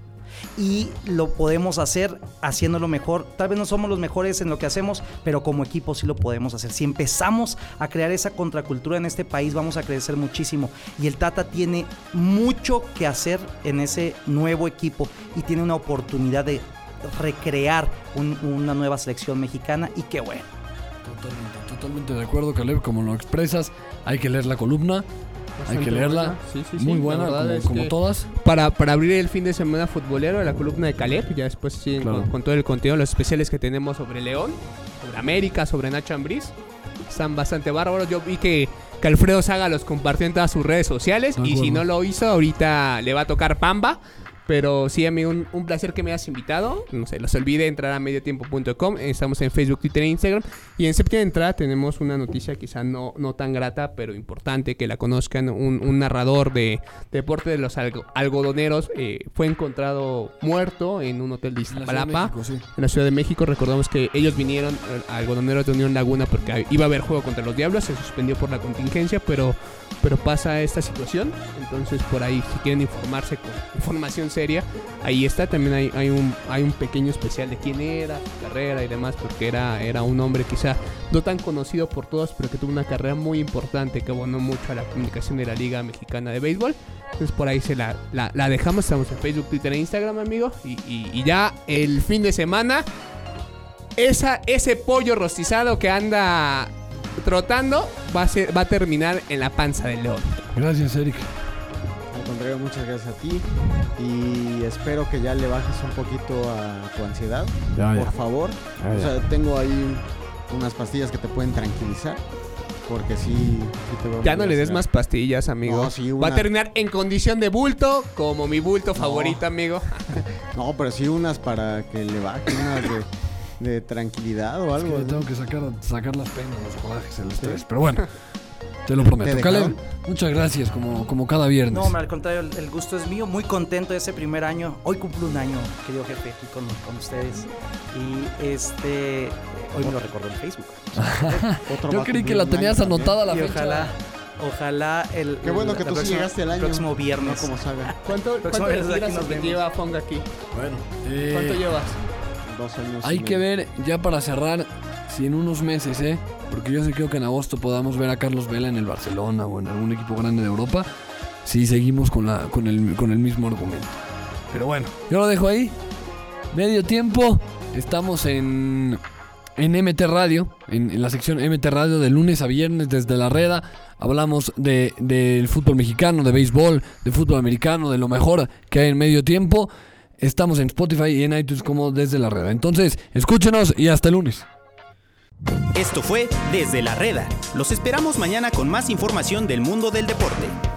Y lo podemos hacer haciéndolo mejor. Tal vez no somos los mejores en lo que hacemos, pero como equipo sí lo podemos hacer. Si empezamos a crear esa contracultura en este país, vamos a crecer muchísimo. Y el Tata tiene mucho que hacer en ese nuevo equipo y tiene una oportunidad de recrear un, una nueva selección mexicana y qué bueno. Totalmente, totalmente de acuerdo, Caleb, como lo expresas. Hay que leer la columna, hay que leerla. buena. Sí, sí, sí, Muy la buena, verdad como, es como que todas. Para, para abrir el fin de semana futbolero, la columna de Caleb, ya después siguen Claro. con, con todo el contenido, los especiales que tenemos sobre León, sobre América, sobre Nacho Ambriz. Están bastante bárbaros. Yo vi que, que Alfredo Saga los compartió en todas sus redes sociales. De Y si acuerdo. no lo hizo, ahorita le va a tocar Pamba. Pero sí, amigo, un, un placer que me hayas invitado. No se los olvide entrar a mediotiempo punto com. Estamos en Facebook, Twitter e Instagram. Y en séptima entrada tenemos una noticia quizá no, no tan grata, pero importante que la conozcan. Un, un narrador de deporte de los algo- algodoneros eh, fue encontrado muerto en un hotel de En la Ciudad de Iztapalapa, México, sí. en la Ciudad de México. Recordamos que ellos vinieron eh, a algodoneros de Unión Laguna porque iba a haber juego contra los Diablos. Se suspendió por la contingencia, pero, pero pasa esta situación. Entonces, por ahí, si quieren informarse con información seria, ahí está. También hay, hay, un, hay un pequeño especial de quién era, su carrera y demás, porque era, era un hombre quizá no tan conocido por todos, pero que tuvo una carrera muy importante que abonó mucho a la comunicación de la Liga Mexicana de Béisbol. Entonces por ahí se la, la, la dejamos. Estamos en Facebook, Twitter e Instagram, amigo. Y, y, y ya el fin de semana, esa, ese pollo rostizado que anda trotando va a, ser, va a terminar en la panza del león. Gracias, Eric. Al contrario, muchas gracias a ti y espero que ya le bajes un poquito a tu ansiedad, Ya, ya. por favor. Ah, O ya. sea, tengo ahí unas pastillas que te pueden tranquilizar, porque sí, sí te veo Ya muy no le des acelerado. más pastillas, amigo. No, sí, Va una- a terminar en condición de bulto, como mi bulto favorito, amigo. No, pero sí unas para que le baje, unas de, de tranquilidad o Es que algo. le ¿no? tengo que sacar, sacar las penas, los corajes, el estrés. Pero bueno, te lo prometo. ¿Te Caleb, dejaron? muchas gracias, como, como cada viernes. No, hombre, al contrario, el, el gusto es mío. Muy contento de ese primer año. Hoy cumplo un año, querido jefe, aquí con, con ustedes. Y este, hoy me lo recordó en Facebook. Otro Yo va a creí que cumplir la un tenías año anotada la Y fecha. ojalá, ojalá el. Qué bueno el- que la tú sí próxima- llegaste al año. Próximo No viernes. como saga. ¿Cuánto, Próxima cuánto vez aquí retiras nos el que vemos. lleva Fong aquí? Bueno, eh, ¿Cuánto llevas? Dos años. hay y que medio. ver ya para cerrar si en unos meses, ¿eh? Porque yo sí creo que en agosto podamos ver a Carlos Vela en el Barcelona o en algún equipo grande de Europa. Si seguimos con, la, con, el, con el mismo argumento. Pero bueno, yo lo dejo ahí. Medio tiempo. Estamos en, en M T Radio, en, en la sección M T Radio de lunes a viernes desde la Reda. Hablamos de del fútbol mexicano, de béisbol, de fútbol americano, de lo mejor que hay en medio tiempo. Estamos en Spotify y en iTunes como Desde la Reda. Entonces, escúchenos y hasta el lunes. Esto fue Desde la Reda. Los esperamos mañana con más información del mundo del deporte.